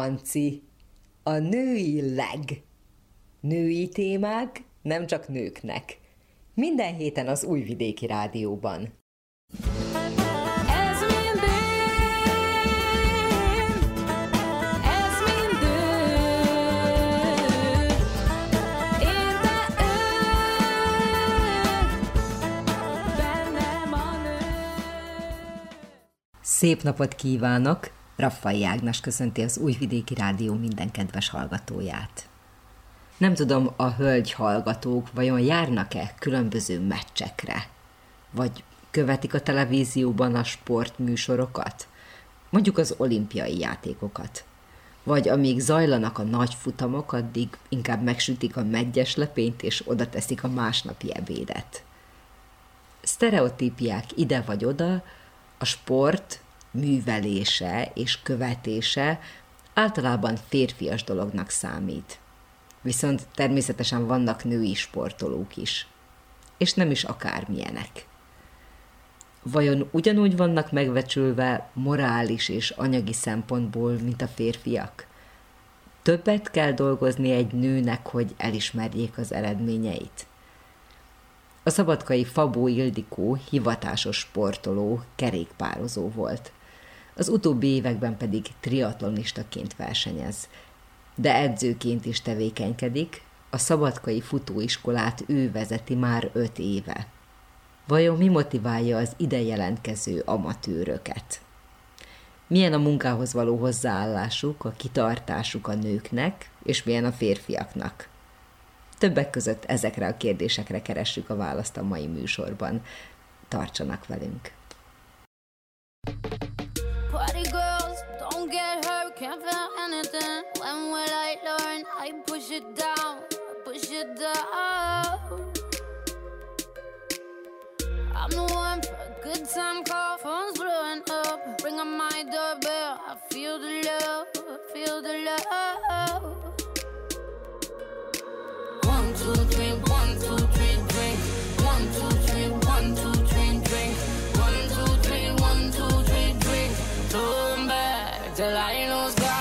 Anci, a női leg. Női témák nem csak nőknek. Minden héten az Újvidéki Rádióban. Szép napot kívánok! Raffai Ágnes köszönti az Újvidéki Rádió minden kedves hallgatóját. Nem tudom, a hölgy hallgatók vajon járnak-e különböző meccsekre? Vagy követik a televízióban a sportműsorokat? Mondjuk az olimpiai játékokat? Vagy amíg zajlanak a nagy futamok, addig inkább megsütik a meggyes lepényt és oda teszik a másnapi ebédet? Sztereotípiák ide vagy oda, a sport művelése és követése általában férfias dolognak számít. Viszont természetesen vannak női sportolók is. És nem is akármilyenek. Vajon ugyanúgy vannak megbecsülve morális és anyagi szempontból, mint a férfiak? Többet kell dolgozni egy nőnek, hogy elismerjék az eredményeit? A szabadkai Szabó Ildikó hivatásos sportoló, kerékpározó volt. Az utóbbi években pedig triatlonistaként versenyez. De edzőként is tevékenykedik, a szabadkai futóiskolát ő vezeti már 5 éve. Vajon mi motiválja az ide jelentkező amatőröket? Milyen a munkához való hozzáállásuk, a kitartásuk a nőknek, és milyen a férfiaknak? Többek között ezekre a kérdésekre keressük a választ a mai műsorban. Tartsanak velünk! Party girls, don't get hurt, can't feel anything. When will I learn? I push it down, push it down. I'm the one for a good time call, phone's blowing up. Ring on my doorbell, I feel the love, feel the love. 1, 2, 3, 1, 2, 3, drink. 1, 2, 3, 1, 2, 3, drink. 1, 2, 3, 1, 2, 3, drink. Turn back till I lose God.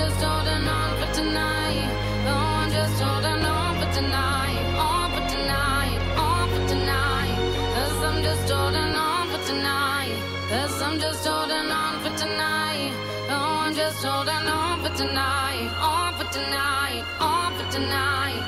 just holding on for tonight. Oh, I'm just holding on for tonight. On for tonight. On for tonight. 'Cause I'm just holding on for tonight. 'Cause I'm just holding on for tonight. Oh, I'm just holding on for tonight. On for tonight. On for tonight.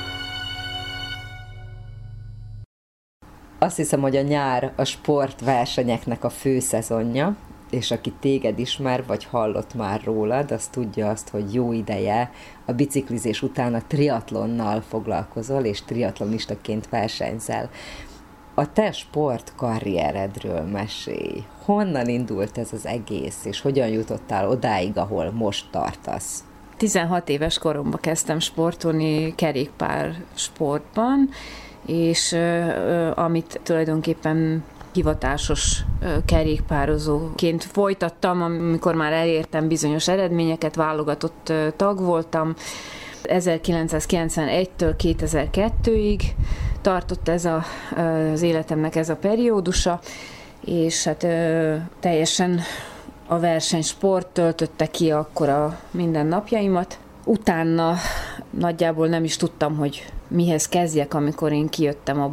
Azt hiszem, hogy a nyár a sportversenyeknek a főszezonja, és aki téged ismer, vagy hallott már rólad, az tudja azt, hogy jó ideje a biciklizés után a triatlonnal foglalkozol, és triatlonistaként versenyzel. A te sportkarrieredről mesélj. Honnan indult ez az egész, és hogyan jutottál odáig, ahol most tartasz? 16 éves koromban kezdtem sportolni kerékpár sportban, és amit tulajdonképpen hivatásos kerékpározóként folytattam, amikor már elértem bizonyos eredményeket, válogatott tag voltam. 1991-től 2002-ig tartott az életemnek ez a periódusa, és hát teljesen a versenysport töltötte ki akkor a mindennapjaimat. Utána nagyjából nem is tudtam, hogy mihez kezdjek, amikor én kijöttem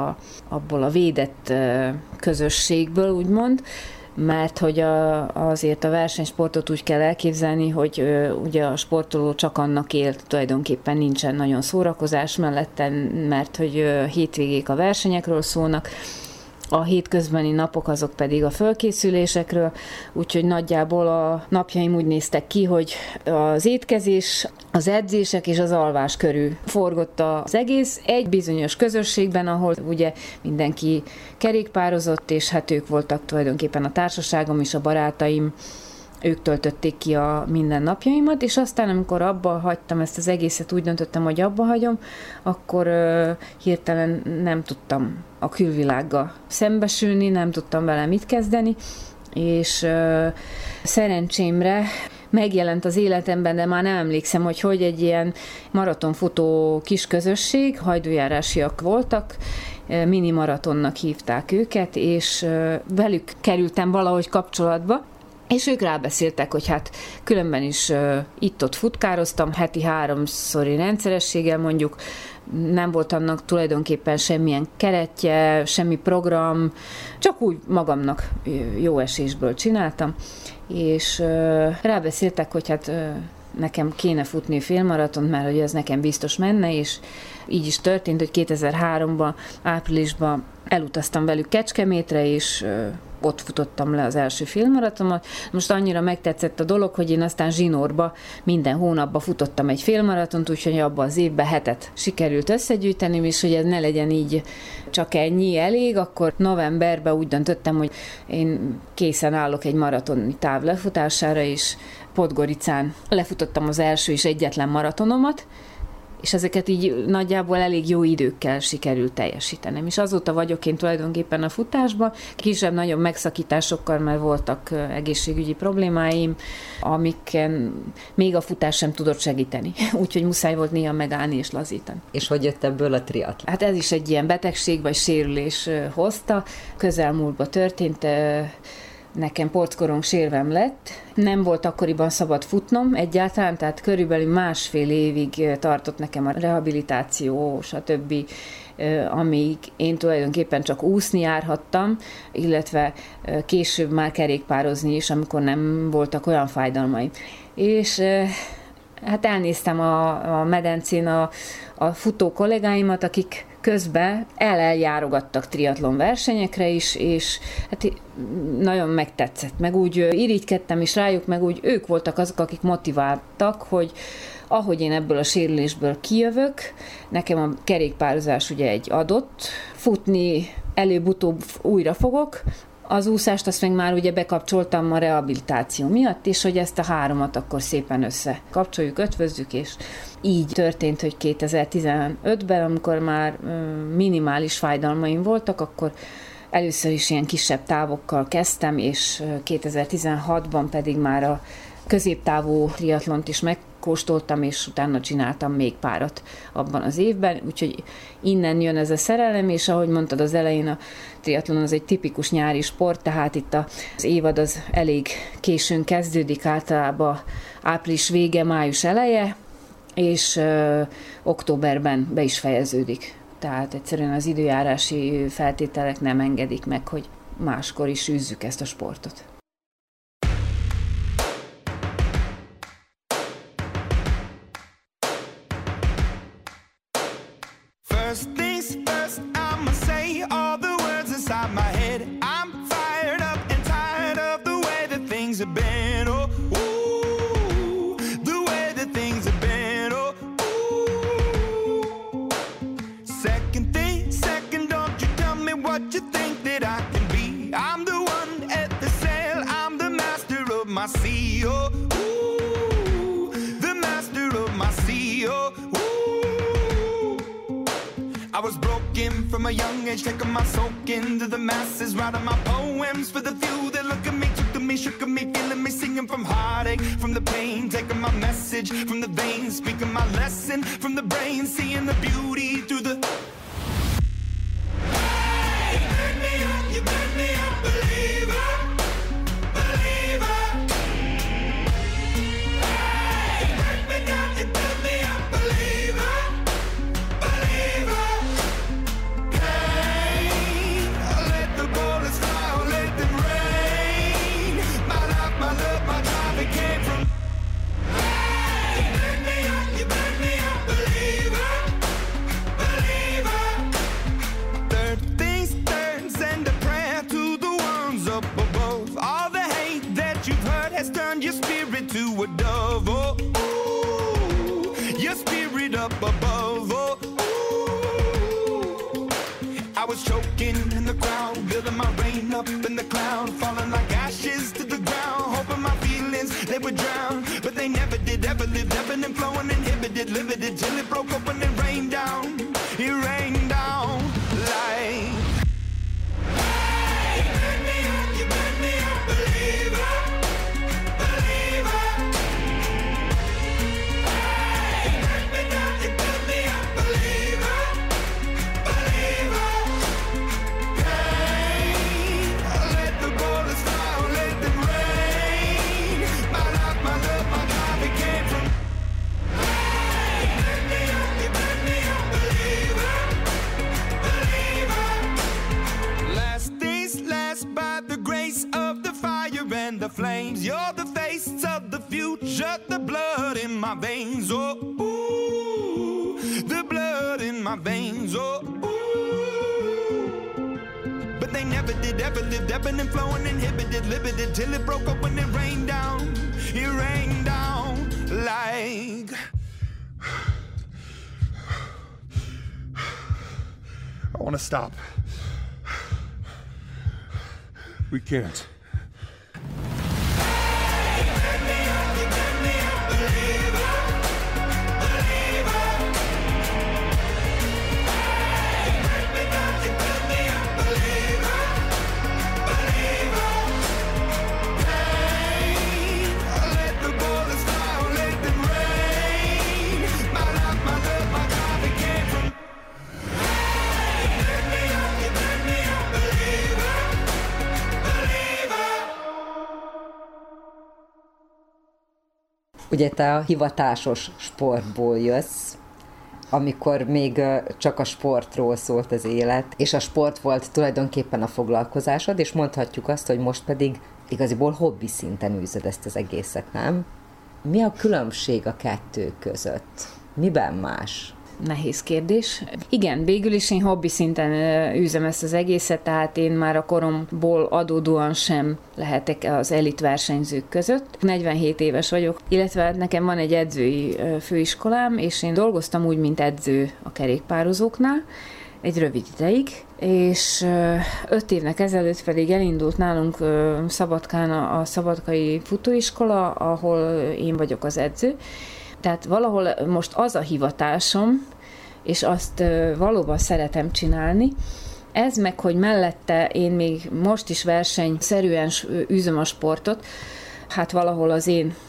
abból a védett közösségből, úgymond, mert hogy azért a versenysportot úgy kell elképzelni, hogy ugye a sportoló csak annak él, tulajdonképpen nincsen nagyon szórakozás melletten, mert hogy hétvégék a versenyekről szólnak, a hétközbeni napok azok pedig a fölkészülésekről, úgyhogy nagyjából a napjaim úgy néztek ki, hogy az étkezés, az edzések és az alvás körül forgott az egész egy bizonyos közösségben, ahol ugye mindenki kerékpározott, és hát ők voltak tulajdonképpen a társaságom és a barátaim, ők töltötték ki a mindennapjaimat, és aztán, amikor abba hagytam ezt az egészet, úgy döntöttem, hogy abba hagyom, akkor hirtelen nem tudtam a külvilággal szembesülni, nem tudtam vele mit kezdeni, és szerencsémre megjelent az életemben, de már nem emlékszem, hogy egy ilyen maratonfutó kis közösség, hajdújárásiak voltak, mini maratonnak hívták őket, és velük kerültem valahogy kapcsolatba, és ők rábeszéltek, hogy hát különben is itt-ott futkároztam, heti 3-szori rendszerességgel mondjuk, nem volt annak tulajdonképpen semmilyen keretje, semmi program, csak úgy magamnak jó esésből csináltam, és rábeszéltek, hogy hát nekem kéne futni félmaratont, mert hogy ez nekem biztos menne, és így is történt, hogy 2003-ban, áprilisban elutaztam velük Kecskemétre, és ott futottam le az első félmaratomat. Most annyira megtetszett a dolog, hogy én aztán zsinórba minden hónapban futottam egy félmaratont, úgyhogy abban az évben 7 sikerült összegyűjtenem, és hogy ez ne legyen így csak ennyi elég, akkor novemberben úgy döntöttem, hogy én készen állok egy maratoni táv lefutására, és Podgoricán lefutottam az első és egyetlen maratonomat, és ezeket így nagyjából elég jó időkkel sikerült teljesítenem. És azóta vagyok én tulajdonképpen a futásban, kisebb-nagyobb megszakításokkal, mert voltak egészségügyi problémáim, amiken még a futás sem tudott segíteni. Úgyhogy muszáj volt néha megállni és lazítani. És hogy jött ebből a triatlon? Hát ez is egy ilyen betegség vagy sérülés hozta. Közelmúltban történt, nekem porckorong sérvem lett, nem volt akkoriban szabad futnom egyáltalán, tehát körülbelül 1,5 évig tartott nekem a rehabilitáció, stb., amíg én tulajdonképpen csak úszni járhattam, illetve később már kerékpározni is, amikor nem voltak olyan fájdalmaim. És hát elnéztem a medencén a futó kollégáimat, akik közben eljárogattak triatlon versenyekre is, és hát nagyon megtetszett, meg úgy irigykedtem is rájuk, meg úgy ők voltak azok, akik motiváltak, hogy ahogy én ebből a sérülésből kijövök, nekem a kerékpározás ugye egy adott, futni előbb-utóbb újra fogok, az úszást azt meg már ugye bekapcsoltam a rehabilitáció miatt, és hogy ezt a 3-at akkor szépen összekapcsoljuk, ötvözzük, és így történt, hogy 2015-ben, amikor már minimális fájdalmaim voltak, akkor először is ilyen kisebb távokkal kezdtem, és 2016-ban pedig már a középtávú triatlont is megkóstoltam, és utána csináltam még párat abban az évben, úgyhogy innen jön ez a szerelem, és ahogy mondtad az elején, a triatlon az egy tipikus nyári sport, tehát itt az évad az elég későn kezdődik, általában április vége, május eleje, és októberben be is fejeződik. Tehát egyszerűen az időjárási feltételek nem engedik meg, hogy máskor is űzzük ezt a sportot. First things first, I'ma say all the words inside my head. I'm fired up and tired of the way that things have been. Oh, ooh, the way that things have been. Oh, ooh. Second thing, second, don't you tell me what you think that I can be. I'm the one at the sail, I'm the master of my sea. Oh, ooh, the master of my sea. Oh, I was broken from a young age, taking my soak into the masses, writing my poems for the few that look at me, took to me, shook at me, feeling me, singing from heartache, from the pain, taking my message from the veins, speaking my lesson from the brain, seeing the beauty through the... Hey, you make me up, you make me a believer, believer. Hey, you break me down, you build me up, believer. Your spirit to a dove, oh, ooh, your spirit up above, oh, ooh. I was choking in the crowd, building my rain up in the cloud, falling like ashes to the ground, hoping my feelings, they would drown, but they never did, ever lived, ebbing and flowing, inhibited, limited, till it broke open and rained down, it rained down like... Hey, you make me a believer. And the flames, you're the face of the future, the blood in my veins, oh, ooh, the blood in my veins, oh, ooh. But they never did, ever lived, ebbing and flowing, inhibited, limited, till it broke open and rained down like... I want to stop. We can't. Ugye te a hivatásos sportból jössz, amikor még csak a sportról szólt az élet, és a sport volt tulajdonképpen a foglalkozásod, és mondhatjuk azt, hogy most pedig igaziból hobbi szinten űzöd ezt az egészet, nem? Mi a különbség a kettő között? Miben más? Nehéz kérdés. Igen, végül is én hobbi szinten űzöm ezt az egészet, tehát én már a koromból adódóan sem lehetek az elit versenyzők között. 47 éves vagyok, illetve nekem van egy edzői főiskolám, és én dolgoztam úgy, mint edző a kerékpározóknál, egy rövid ideig, és 5 évnek ezelőtt pedig elindult nálunk Szabadkán a Szabadkai Futóiskola, ahol én vagyok az edző. Tehát valahol most az a hivatásom, és azt valóban szeretem csinálni. Ez meg, hogy mellette én még most is versenyszerűen űzöm a sportot, hát valahol az én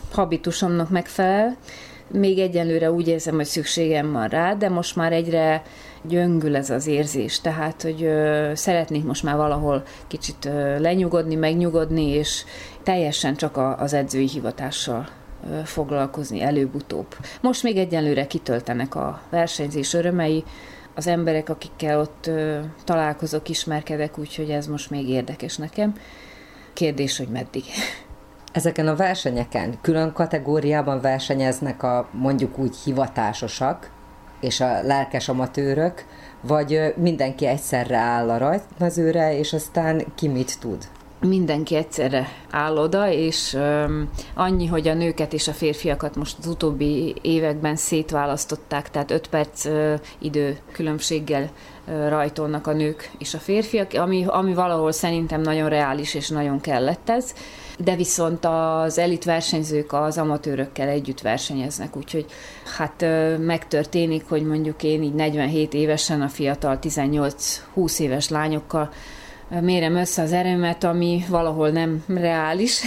habitusomnak megfelel. Még egyenlőre úgy érzem, hogy szükségem van rá, de most már egyre gyöngül ez az érzés, tehát, hogy szeretnék most már valahol kicsit lenyugodni, megnyugodni, és teljesen csak az edzői hivatással foglalkozni előbb-utóbb. Most még egyenlőre kitöltenek a versenyzés örömei, az emberek, akikkel ott találkozok, ismerkedek, úgyhogy ez most még érdekes nekem. Kérdés, hogy meddig. Ezeken a versenyeken külön kategóriában versenyeznek a mondjuk úgy hivatásosak és a lelkes amatőrök, vagy mindenki egyszerre áll a rajtmezőre, és aztán ki mit tud? Mindenki egyszerre áll oda, és annyi, hogy a nőket és a férfiakat most az utóbbi években szétválasztották, tehát 5 perc idő különbséggel rajtolnak a nők és a férfiak, ami valahol szerintem nagyon reális és nagyon kellett ez, de viszont az elit versenyzők az amatőrökkel együtt versenyeznek, úgyhogy hát megtörténik, hogy mondjuk én így 47 évesen a fiatal 18-20 éves lányokkal mérem össze az erőmet, ami valahol nem reális,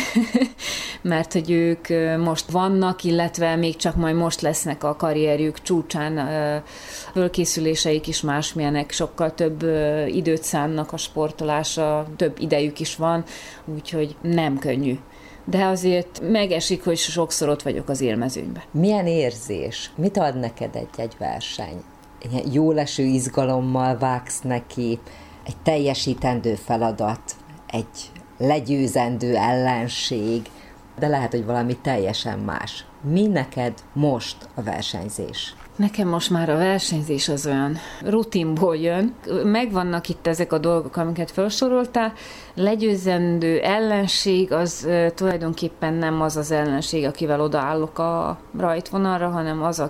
mert hogy ők most vannak, illetve még csak majd most lesznek a karrierjük csúcsán, fölkészüléseik is másmilyenek, sokkal több időt szánnak a sportolásra, több idejük is van, úgyhogy nem könnyű. De azért megesik, hogy sokszor ott vagyok az élmezőnyben. Milyen érzés? Mit ad neked egy verseny? Ilyen jóleső izgalommal vágsz neki, egy teljesítendő feladat, egy legyőzendő ellenség, de lehet, hogy valami teljesen más. Mi neked most a versenyzés? Nekem most már a versenyzés az olyan rutinból jön. Megvannak itt ezek a dolgok, amiket felsoroltál. Legyőzendő ellenség az tulajdonképpen nem az az ellenség, akivel odaállok a rajtvonalra, hanem az,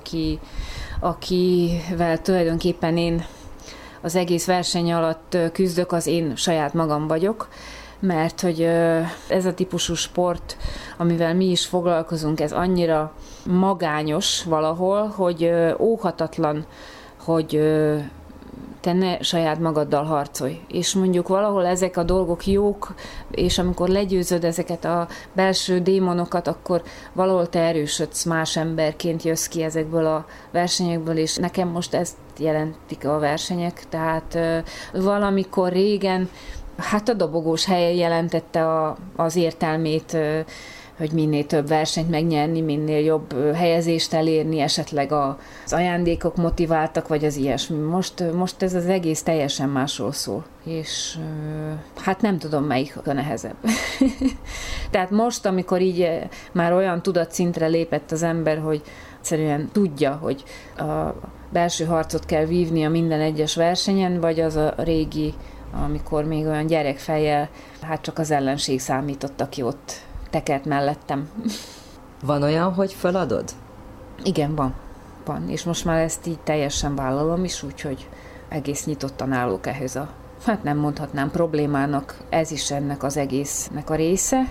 akivel tulajdonképpen én az egész verseny alatt küzdök, az én saját magam vagyok, mert hogy ez a típusú sport, amivel mi is foglalkozunk, ez annyira magányos valahol, hogy óhatatlan, hogy te ne saját magaddal harcolj. És mondjuk valahol ezek a dolgok jók, és amikor legyőzöd ezeket a belső démonokat, akkor valahol te erősödsz, más emberként jössz ki ezekből a versenyekből, és nekem most ezt jelentik a versenyek, tehát valamikor régen hát a dobogós hely jelentette az értelmét, hogy minél több versenyt megnyerni, minél jobb helyezést elérni, esetleg az ajándékok motiváltak, vagy az ilyesmi. Most ez az egész teljesen másról szól, és hát nem tudom, melyik a nehezebb. Tehát most, amikor így már olyan tudatszintre lépett az ember, hogy egyszerűen tudja, hogy a belső harcot kell vívnia minden egyes versenyen, vagy az a régi, amikor még olyan gyerekfejjel, hát csak az ellenség számított, aki ott tekert mellettem. Van olyan, hogy feladod? Igen, van. És most már ezt így teljesen vállalom is, úgyhogy egész nyitottan állok ehhez hát nem mondhatnám problémának, ez is ennek az egésznek a része.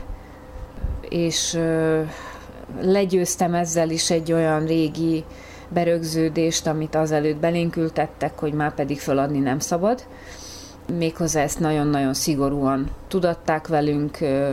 És legyőztem ezzel is egy olyan régi berögződést, amit azelőtt belénk ültettek, hogy már pedig feladni nem szabad. Méghozzá ezt nagyon-nagyon szigorúan tudatták velünk,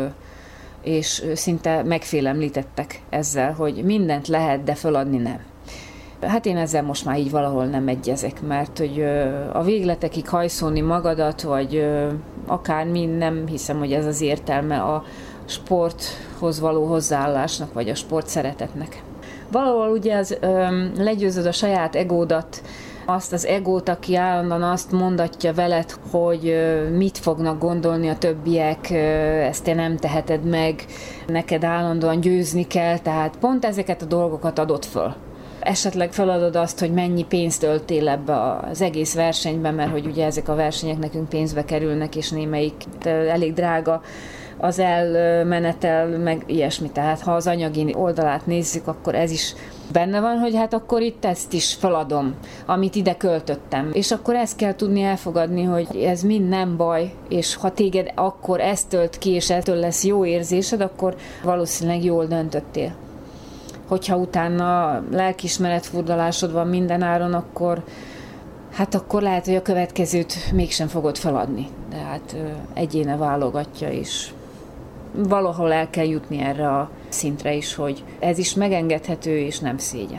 és szinte megfélemlítettek ezzel, hogy mindent lehet, de feladni nem. Hát én ezzel most már így valahol nem egyezek, mert hogy a végletekig hajszolni magadat, vagy akármi, nem hiszem, hogy ez az értelme a sporthoz való hozzáállásnak, vagy a sport szeretetnek. Valahol ugye legyőzöd a saját egódat, azt az egót, aki állandóan azt mondatja veled, hogy mit fognak gondolni a többiek, ezt te nem teheted meg, neked állandóan győzni kell, tehát pont ezeket a dolgokat adod föl. Esetleg feladod azt, hogy mennyi pénzt öltél ebbe az egész versenyben, mert hogy ugye ezek a versenyek nekünk pénzbe kerülnek, és némelyik elég drága az elmenetel, meg ilyesmi. Tehát ha az anyagi oldalát nézzük, akkor ez is benne van, hogy hát akkor itt ezt is feladom, amit ide költöttem. És akkor ezt kell tudni elfogadni, hogy ez mind nem baj, és ha téged akkor ezt tölt ki, és ettől lesz jó érzésed, akkor valószínűleg jól döntöttél. Hogyha utána lelkiismeretfurdalásod van minden áron, akkor lehet, hogy a következőt mégsem fogod feladni. De hát egyéne válogatja is. valahol el kell jutni erre a szintre is, hogy ez is megengedhető és nem szégyen.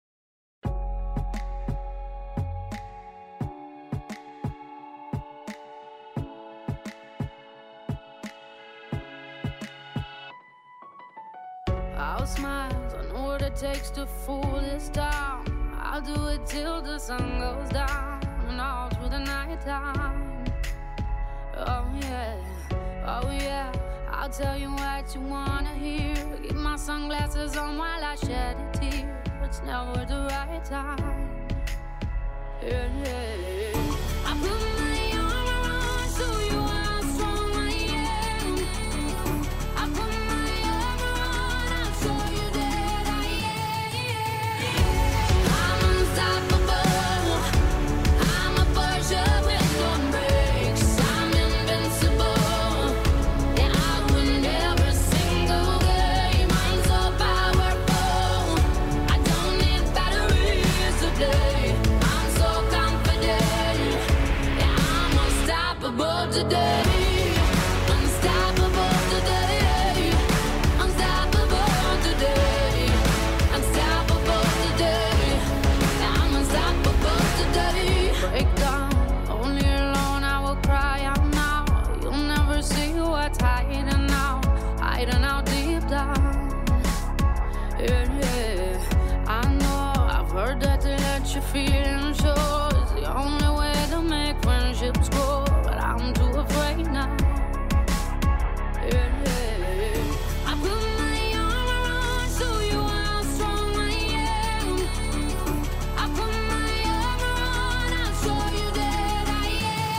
I'll smile, I know what it takes to fool this town. I'll do it till the sun goes down and all through the night time. Oh yeah, I'll tell you what you wanna hear. Keep my sunglasses on while I shed a tear. It's never the right time. Yeah. I put my arm around so you how strong I am. I put my arm around, I'll show you that I am. I'm unstoppable. I'm a Porsche with no brakes. I'm invincible. Yeah, I win every single game. I'm so powerful. I don't need batteries to play. I'm so confident. Yeah, I'm unstoppable today. Unstoppable today. Unstoppable today. Unstoppable today. Yeah, I'm unstoppable today. Break down, only alone I will cry out now. You'll never see what's hiding out deep down. Yeah. I know, I've heard that to let you feel and show is the only way to make friendships grow, but I'm too afraid now. Yeah. I put my arm around, show you how strong I am. I put my arm around, I'll show you that I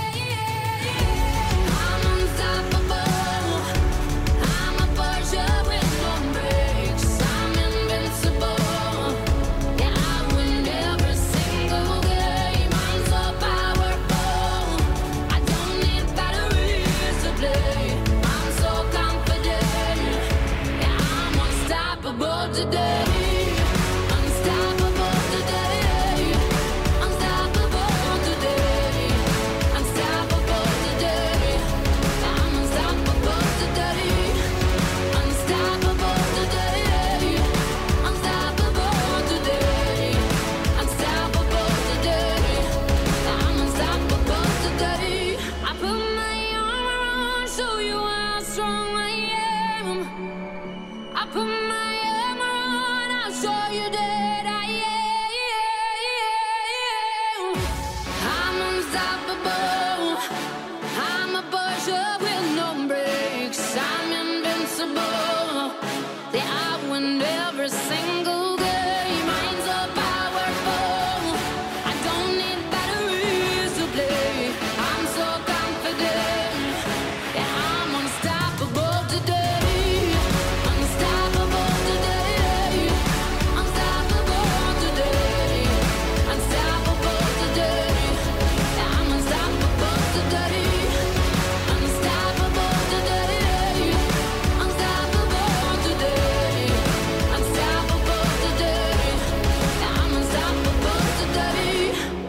am. I'm unstoppable. I'm a Porsche with no brakes. I'm invincible. Yeah, I win every single game. I'm so powerful. I don't need batteries to play. I'm so confident. Yeah, I'm unstoppable today. Unstoppable today. Unstoppable today. Unstoppable today. I'm unstoppable today. Unstoppable today. Unstoppable today. Unstoppable today. I'm unstoppable today. I put my arm around, show you how strong I am. I put my arm around, I'll show you that I am. I'm unstoppable. I'm a Porsche with no brakes. I'm invincible. Yeah, I win every single game. I'm so powerful. I don't need batteries to play. I'm so confident. Yeah, I'm unstoppable today. Unstoppable today. Unstoppable today. Unstoppable today. Yeah, I'm unstoppable today. Unstoppable today. Unstoppable today. Unstoppable today. Yeah, I'm unstoppable today.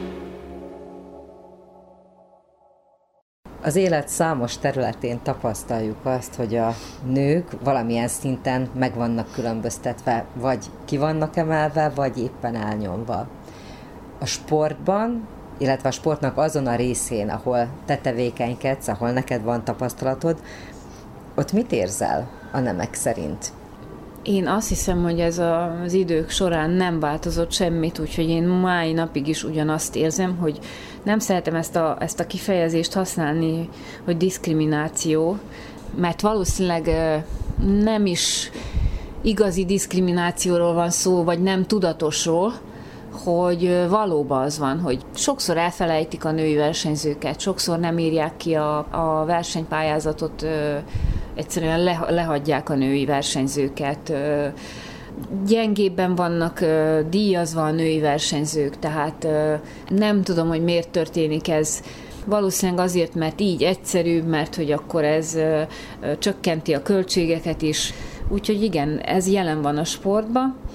Az élet számos területén tapasztaljuk azt, hogy a nők valamilyen szinten meg vannak különböztetve, vagy ki vannak emelve, vagy éppen elnyomva. A sportban, illetve a sportnak azon a részén, ahol te tevékenykedsz, ahol neked van tapasztalatod, ott mit érzel a nemek szerint? Én azt hiszem, hogy ez az idők során nem változott semmit, úgyhogy én mai napig is ugyanazt érzem, hogy nem szeretem ezt a kifejezést használni, hogy diszkrimináció, mert valószínűleg nem is igazi diszkriminációról van szó, vagy nem tudatosról, hogy valóban az van, hogy sokszor elfelejtik a női versenyzőket, sokszor nem írják ki a versenypályázatot, egyszerűen lehagyják a női versenyzőket, gyengébben vannak díjazva a női versenyzők, tehát nem tudom, hogy miért történik ez. Valószínűleg azért, mert így egyszerűbb, mert hogy akkor ez csökkenti a költségeket is. Úgyhogy igen, ez jelen van a sportban,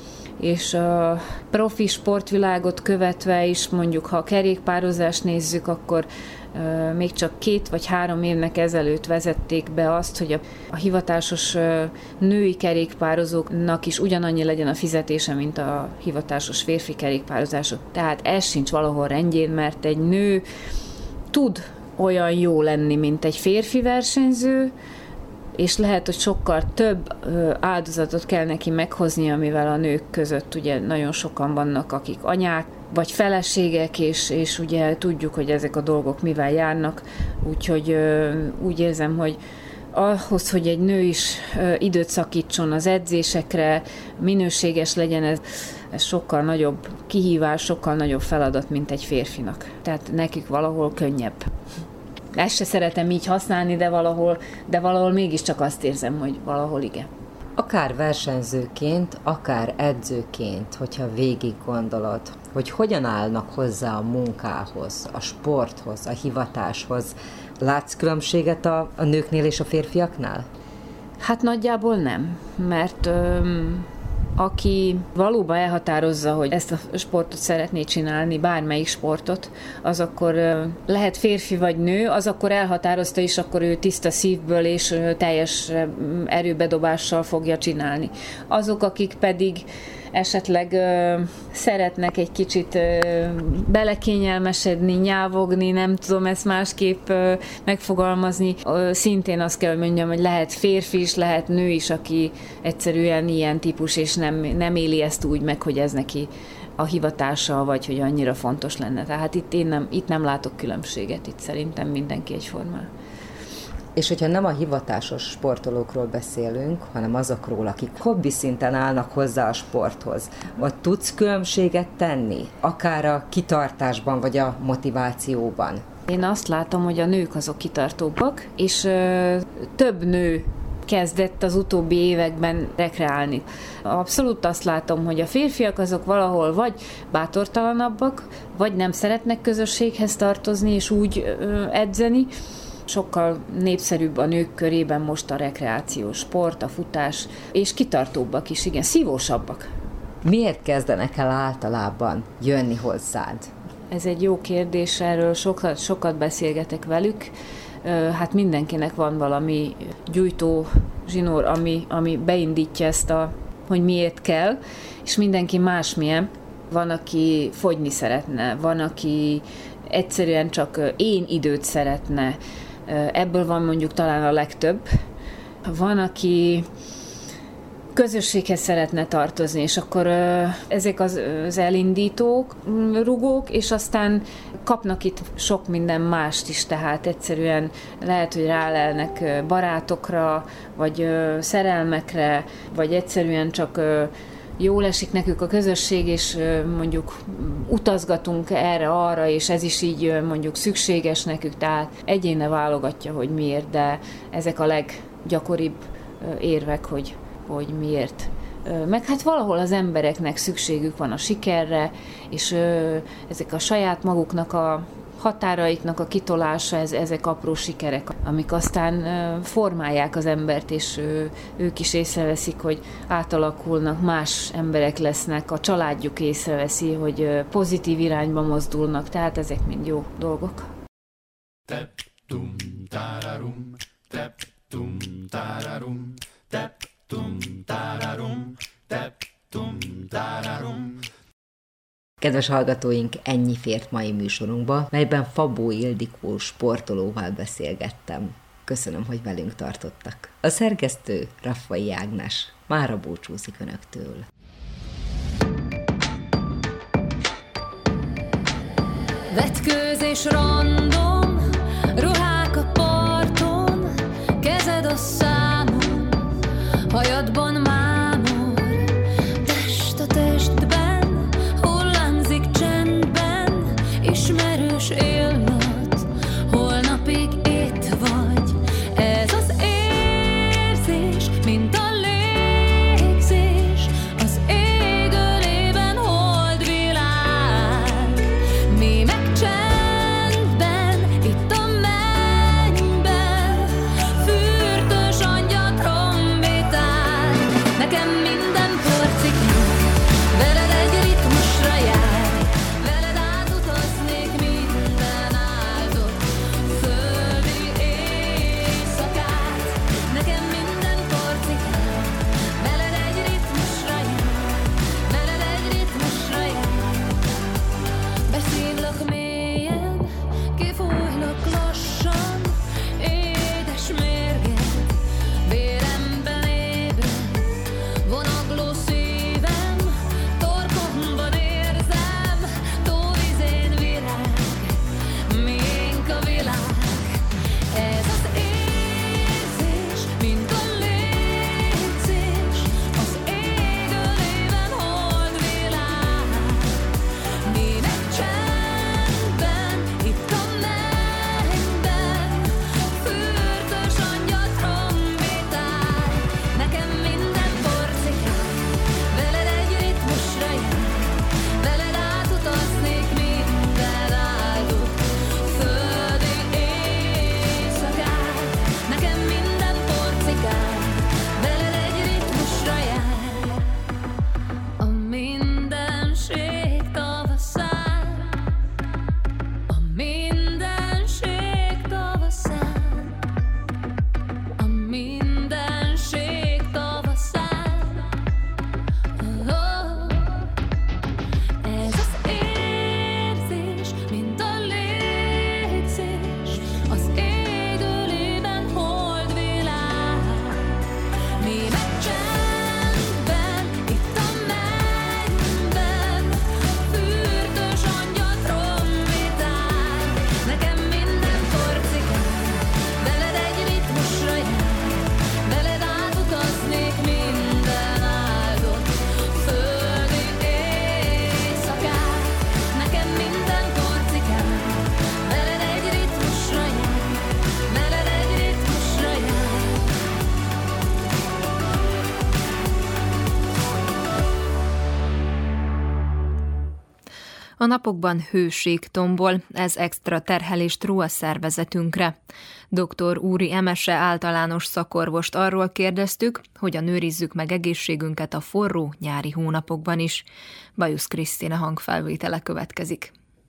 és a profi sportvilágot követve is, mondjuk ha a kerékpározást nézzük, akkor még csak 2 vagy 3 évnek ezelőtt vezették be azt, hogy a hivatásos női kerékpározóknak is ugyanannyi legyen a fizetése, mint a hivatásos férfi kerékpározások. Tehát ez sincs valahol rendjén, mert egy nő tud olyan jó lenni, mint egy férfi versenyző, és lehet, hogy sokkal több áldozatot kell neki meghoznia, mivel a nők között ugye nagyon sokan vannak, akik anyák, vagy feleségek, és ugye tudjuk, hogy ezek a dolgok mivel járnak, úgyhogy úgy érzem, hogy ahhoz, hogy egy nő is időt szakítson az edzésekre, minőséges legyen, ez sokkal nagyobb kihívás, sokkal nagyobb feladat, mint egy férfinak. Tehát nekik valahol könnyebb. Ezt se szeretem így használni, de valahol mégiscsak azt érzem, hogy valahol igen. Akár versenyzőként, akár edzőként, hogyha végig gondolod, hogy hogyan állnak hozzá a munkához, a sporthoz, a hivatáshoz, látsz különbséget a nőknél és a férfiaknál? Hát nagyjából nem, mert aki valóban elhatározza, hogy ezt a sportot szeretné csinálni, bármelyik sportot, az akkor lehet férfi vagy nő, az akkor elhatározta, és akkor ő tiszta szívből és teljes erőbedobással fogja csinálni. Azok, akik pedig esetleg szeretnek egy kicsit belekényelmesedni, nyávogni, nem tudom ezt másképp megfogalmazni. Szintén azt kell mondjam, hogy lehet férfi is, lehet nő is, aki egyszerűen ilyen típus, és nem éli ezt úgy meg, hogy ez neki a hivatása, vagy hogy annyira fontos lenne. Tehát itt nem látok különbséget, itt szerintem mindenki egyformán. És hogyha nem a hivatásos sportolókról beszélünk, hanem azokról, akik hobbi szinten állnak hozzá a sporthoz, ott tudsz különbséget tenni? Akár a kitartásban, vagy a motivációban? Én azt látom, hogy a nők azok kitartóbbak, és több nő kezdett az utóbbi években rekreálni. Abszolút azt látom, hogy a férfiak azok valahol vagy bátortalanabbak, vagy nem szeretnek közösséghez tartozni, és úgy edzeni. Sokkal népszerűbb a nők körében most a rekreációs sport, a futás, és kitartóbbak is, igen, szívósabbak. Miért kezdenek el általában jönni hozzád? Ez egy jó kérdés, erről sokat beszélgetek velük. Hát mindenkinek van valami gyújtó zsinór, ami beindítja ezt, hogy miért kell, és mindenki másmilyen. Van, aki fogyni szeretne, van, aki egyszerűen csak én időt szeretne. Ebből van mondjuk talán a legtöbb. Van, aki közösséghez szeretne tartozni, és akkor ezek az elindítók, rugók, és aztán kapnak itt sok minden mást is, tehát egyszerűen lehet, hogy rálelnek barátokra, vagy szerelmekre, vagy egyszerűen csak jól esik nekük a közösség, és mondjuk utazgatunk erre-arra, és ez is így mondjuk szükséges nekük, tehát egyéne válogatja, hogy miért, de ezek a leggyakoribb érvek, hogy miért. Meg hát valahol az embereknek szükségük van a sikerre, és ezek a saját maguknak a határaiknak a kitolása, ezek apró sikerek, amik aztán formálják az embert, és ők is észreveszik, hogy átalakulnak, más emberek lesznek, a családjuk észreveszi, hogy pozitív irányba mozdulnak, tehát ezek mind jó dolgok. Tep-tum, tararum, tep-tum, tararum, tep-tum, tararum, tep-tum, tararum. Kedves hallgatóink, ennyi fért mai műsorunkba, melyben Szabó Ildikó sportolóval beszélgettem. Köszönöm, hogy velünk tartottak. A szerkesztő Raffai Ágnes mára búcsúzik önöktől. Vetkőzés random, ruhák a parton, kezed a számon, hajadban mámor, test a testben, hullámzik csendben, ismerős illat, holnapig itt vagy. Ez az érzés, mint a légzés, az ég ölében holdvilág. Mi meg csendben A napokban hőség tombol, ez extra terhelést ró a szervezetünkre. Dr. Úri Emese általános szakorvost arról kérdeztük, hogyan őrizzük meg egészségünket a forró nyári hónapokban is. Bajusz Krisztina hangfelvétele következik.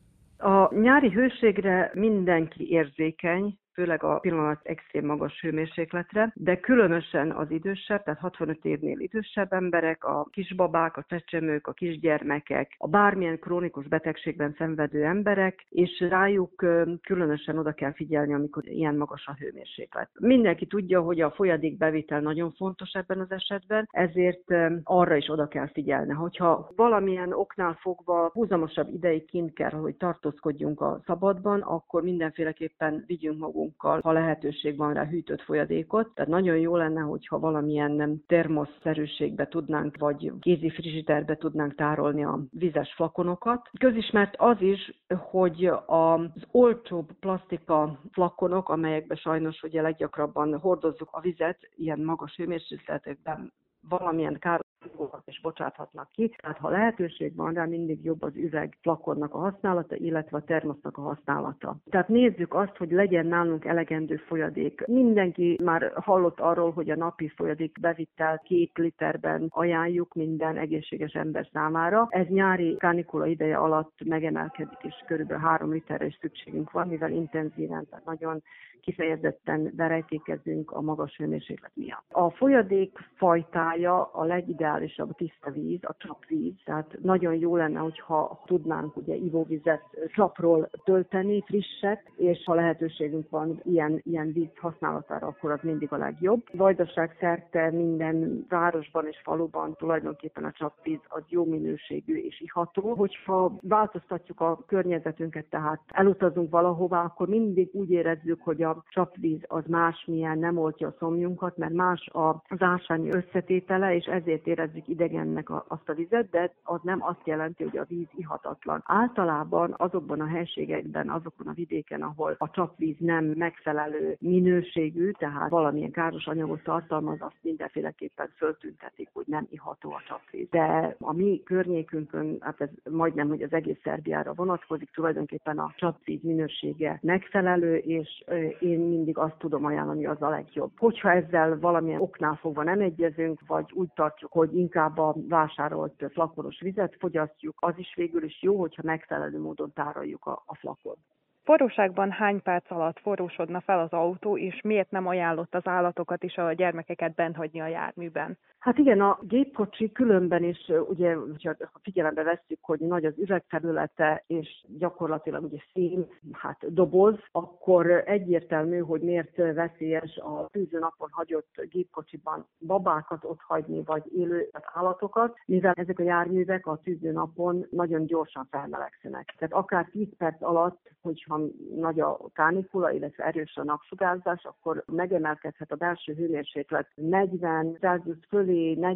A nyári hőségre mindenki érzékeny, főleg a pillanat extrém magas hőmérsékletre, de különösen az idősebb, tehát 65 évnél idősebb emberek, a kisbabák, a csecsemők, a kisgyermekek, a bármilyen krónikus betegségben szenvedő emberek, és rájuk különösen oda kell figyelni, amikor ilyen magas a hőmérséklet. Mindenki tudja, hogy a folyadékbevitel nagyon fontos ebben az esetben, ezért arra is oda kell figyelni. Hogyha valamilyen oknál fogva húzamosabb ideig kint kell, hogy tartózkodjunk a szabadban, akkor mindenféleképpen vigyünk magunk, ha lehetőség van rá, hűtött folyadékot. Tehát nagyon jó lenne, hogyha valamilyen termoszszerűségbe tudnánk, vagy kézi frizsiterbe tudnánk tárolni a vizes flakonokat. Közismert az is, hogy az olcsóbb plastika flakonok, amelyekbe sajnos ugye leggyakrabban hordozzuk a vizet, ilyen magas hőmérsékletekben valamilyen káros és bocsáthatnak ki. Tehát ha lehetőség van rá, mindig jobb az üvegflakonnak a használata, illetve a termosznak a használata. Tehát nézzük azt, hogy legyen nálunk elegendő folyadék. Mindenki már hallott arról, hogy a napi folyadék bevitel 2 literben ajánljuk minden egészséges ember számára. Ez nyári kánikula ideje alatt megemelkedik, és körülbelül 3 literre is szükségünk van, mivel intenzíven, tehát nagyon kifejezetten verejtékezünk a magas hőmérséklet miatt. A folyadék fajtája a legideálisabb tiszta víz, a csapvíz, tehát nagyon jó lenne, hogyha tudnánk ugye ivóvizet csapról tölteni, frisset, és ha lehetőségünk van ilyen víz használatára, akkor az mindig a legjobb. Vajdaság szerte minden városban és faluban tulajdonképpen a csapvíz az jó minőségű és iható. Hogyha változtatjuk a környezetünket, tehát elutazunk valahová, akkor mindig úgy érezzük, hogy a csapvíz az másmilyen, nem oltja a szomjunkat, mert más az ásványi összetétele, és ezért érezzük idegennek azt a vizet, de az nem azt jelenti, hogy a víz ihatatlan. Általában azokban a helységekben, azokon a vidéken, ahol a csapvíz nem megfelelő minőségű, tehát valamilyen káros anyagot tartalmaz, azt mindenféleképpen föltüntetik, hogy nem iható a csapvíz. De a mi környékünkön, hát ez majdnem, hogy az egész Szerbiára vonatkozik, tulajdonképpen a csapvíz minősége megfelelő, és én mindig azt tudom ajánlani, az a legjobb. Hogyha ezzel valamilyen oknál fogva nem egyezünk, vagy úgy tartjuk, hogy inkább a vásárolt flakonos vizet fogyasztjuk, az is végül is jó, hogyha megfelelő módon tároljuk a flakot. Forróságban hány perc alatt forrósodna fel az autó, és miért nem ajánlott az állatokat és a gyermekeket bent hagyni a járműben? Hát igen, a gépkocsi különben is, ugye, ha figyelembe vesszük, hogy nagy az üvegfelülete, és gyakorlatilag ugye szén, doboz, akkor egyértelmű, hogy miért veszélyes a tűzőnapon hagyott gépkocsiban babákat otthagyni, vagy élő állatokat, mivel ezek a járművek a tűzőnapon nagyon gyorsan felmelegszenek. Tehát akár 10 perc alatt, hogyha nagy a kánikula, illetve erős a napsugárzás, akkor megemelkedhet a belső hőmérséklet 40 Celsius fölé,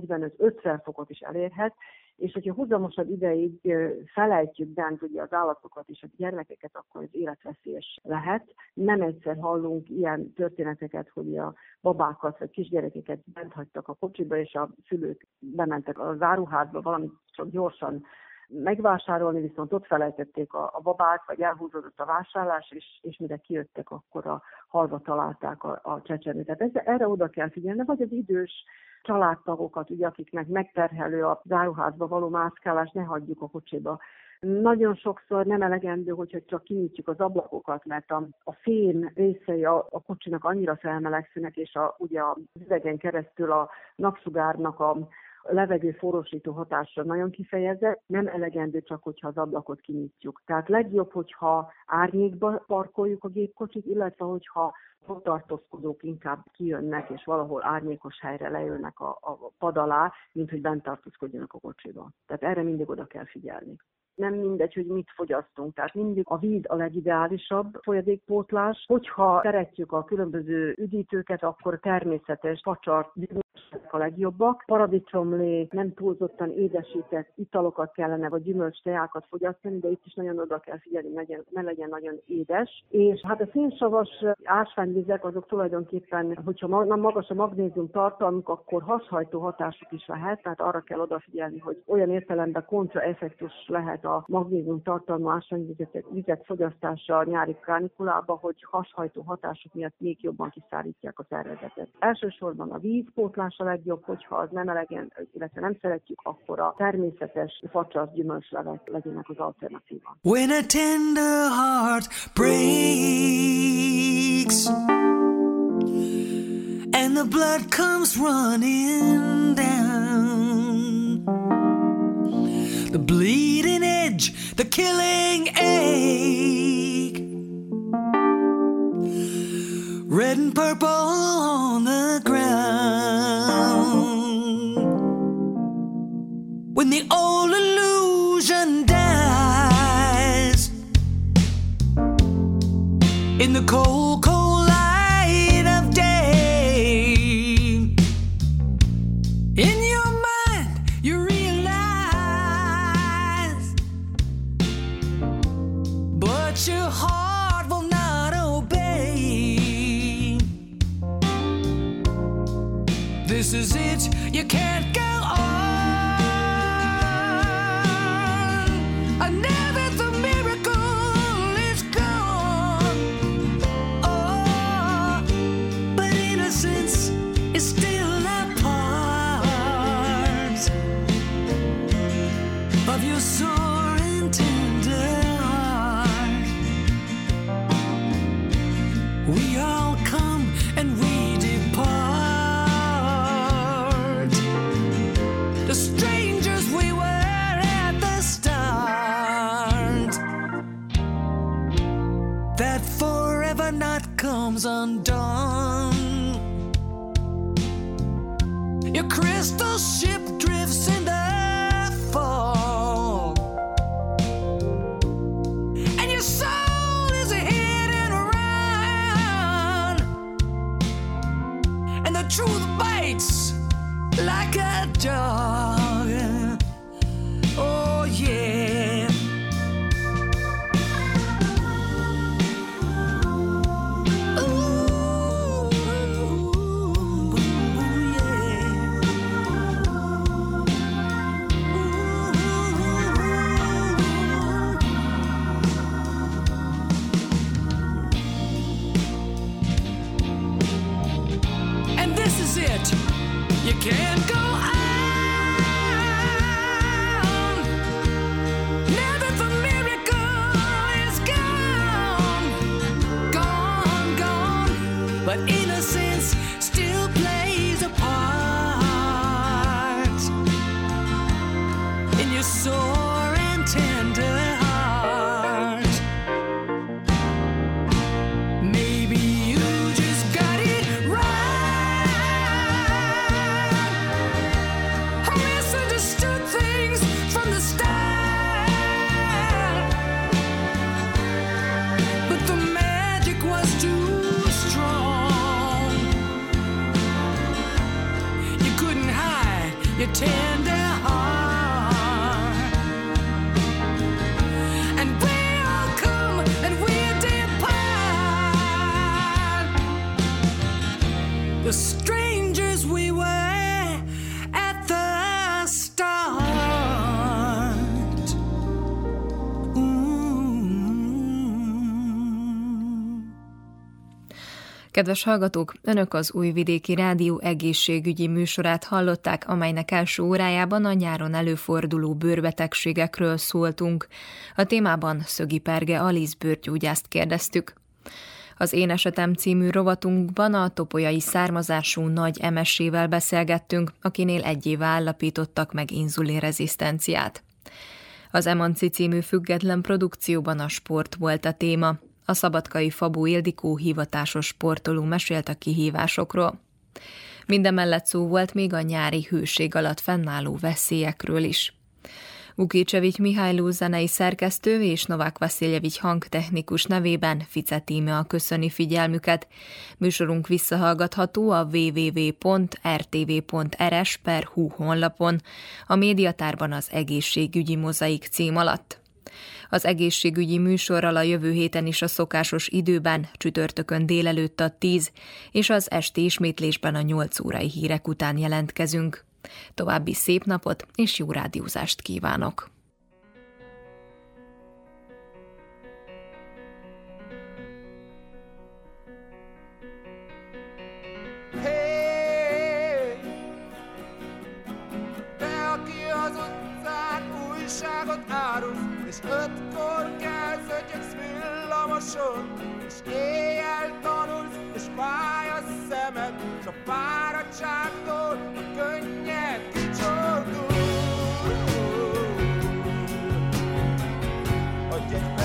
45-50 fokot is elérhet, és hogyha húzamosabb ideig felejtjük bent ugye az állatokat és a gyermekeket, akkor az életveszélyes lehet. Nem egyszer hallunk ilyen történeteket, hogy a babákat vagy kisgyerekeket bent hagytak a kocsiba, és a szülők bementek az áruházba valamit csak gyorsan megvásárolni, viszont ott felejtették a babát, vagy elhúzódott a vásárlás, és mire kijöttek, akkor a halva találták a csecsemőt. Tehát erre oda kell figyelni, vagy az idős családtagokat, ugye, akiknek megterhelő a záruházba való mászkálás, ne hagyjuk a kocsiba. Nagyon sokszor nem elegendő, hogyha csak kinyitjuk az ablakokat, mert a fém részei a kocsinak annyira felmelegszenek, és ugye az üvegen keresztül a napsugárnak a levegő forrósító hatásra nagyon kifejezett, nem elegendő csak, hogyha az ablakot kinyitjuk. Tehát legjobb, hogyha árnyékba parkoljuk a gépkocsit, illetve hogyha tartózkodók inkább kijönnek, és valahol árnyékos helyre leülnek a pad alá, mint hogy bent tartózkodjanak a kocsiba. Tehát erre mindig oda kell figyelni. Nem mindegy, hogy mit fogyasztunk. Tehát mindig a víz a legideálisabb folyadékpótlás. Hogyha szeretjük a különböző üdítőket, akkor természetes facsart, a legjobbak. Paradicsomlé, nem túlzottan édesített italokat kellene, vagy gyümölcsteákat fogyasztani, de itt is nagyon oda kell figyelni, ne legyen nagyon édes. És hát a szénsavas ásványvizek azok tulajdonképpen, hogyha magas a magnézium tartalmuk, akkor hashajtó hatásuk is lehet, tehát arra kell odafigyelni, hogy olyan értelemben kontraeffektus lehet a magnézium tartalmú ásványvizek fogyasztása a nyári kánikulában, hogy hashajtó hatások miatt még jobban kiszárítják a szervezetet. Elsősorban a vízpótlás a legjobb, hogyha az nem elegen, illetve nem szeretjük, akkor a természetes facsasz gyümölcslevek legyenek az alternatíva. When a tender heart breaks and the blood comes running down, the bleeding edge, the killing ache, red and purple on the ground. When the old illusion dies in the cold, cold light of day, in your mind you realize, but your heart will not obey. This is it, you can't go on. Never the miracle is gone. Oh, but innocence is still a part of your sore and tender heart. We all come and we depart. The strangers we were at the start. That forever knot comes undone. Your crystal ship drifts in the fog, and your soul is hidden around, and the truth bites like a dog. Oh yeah. And this is it. You can't go on. Now that the miracle is gone, gone, gone. But innocence still plays a part in your sore and tender heart. Maybe you just got it right. I misunderstood things from the start, but the magic was too strong. You couldn't hide your tender heart, and we all come and we depart. The strangers we were at the start. Kedves hallgatók, Önök az Újvidéki Rádió egészségügyi műsorát hallották, amelynek első órájában a nyáron előforduló bőrbetegségekről szóltunk. A témában Szögi Perge Alisz bőrgyógyászt kérdeztük. Az Én esetem című rovatunkban a topolyai származású nagy MS-ével beszélgettünk, akinél 1 éve állapítottak meg inzulinrezisztenciát. Az Emanci című független produkcióban a sport volt a téma. A szabadkai Szabó Ildikó hivatásos sportoló mesélt a kihívásokról. Mindemellett szó volt még a nyári hőség alatt fennálló veszélyekről is. Vukicevics Mihajló zenei szerkesztő és Novák Vasiljevics hangtechnikus nevében Fice Tímea köszöni figyelmüket. Műsorunk visszahallgatható a www.rtv.rs/hu honlapon, a médiatárban az egészségügyi mozaik cím alatt. Az egészségügyi műsorral a jövő héten is a szokásos időben, csütörtökön délelőtt a 10 és az esti ismétlésben a 8 órai hírek után jelentkezünk. További szép napot és jó rádiózást kívánok! Hey, te, aki az utcán újságot árulsz, és 5-kor kezdődjeksz villamoson, és éjjel tanulsz, és fáj a szemed, s a fáradtságtól a könnyed kicsordul. Adj egy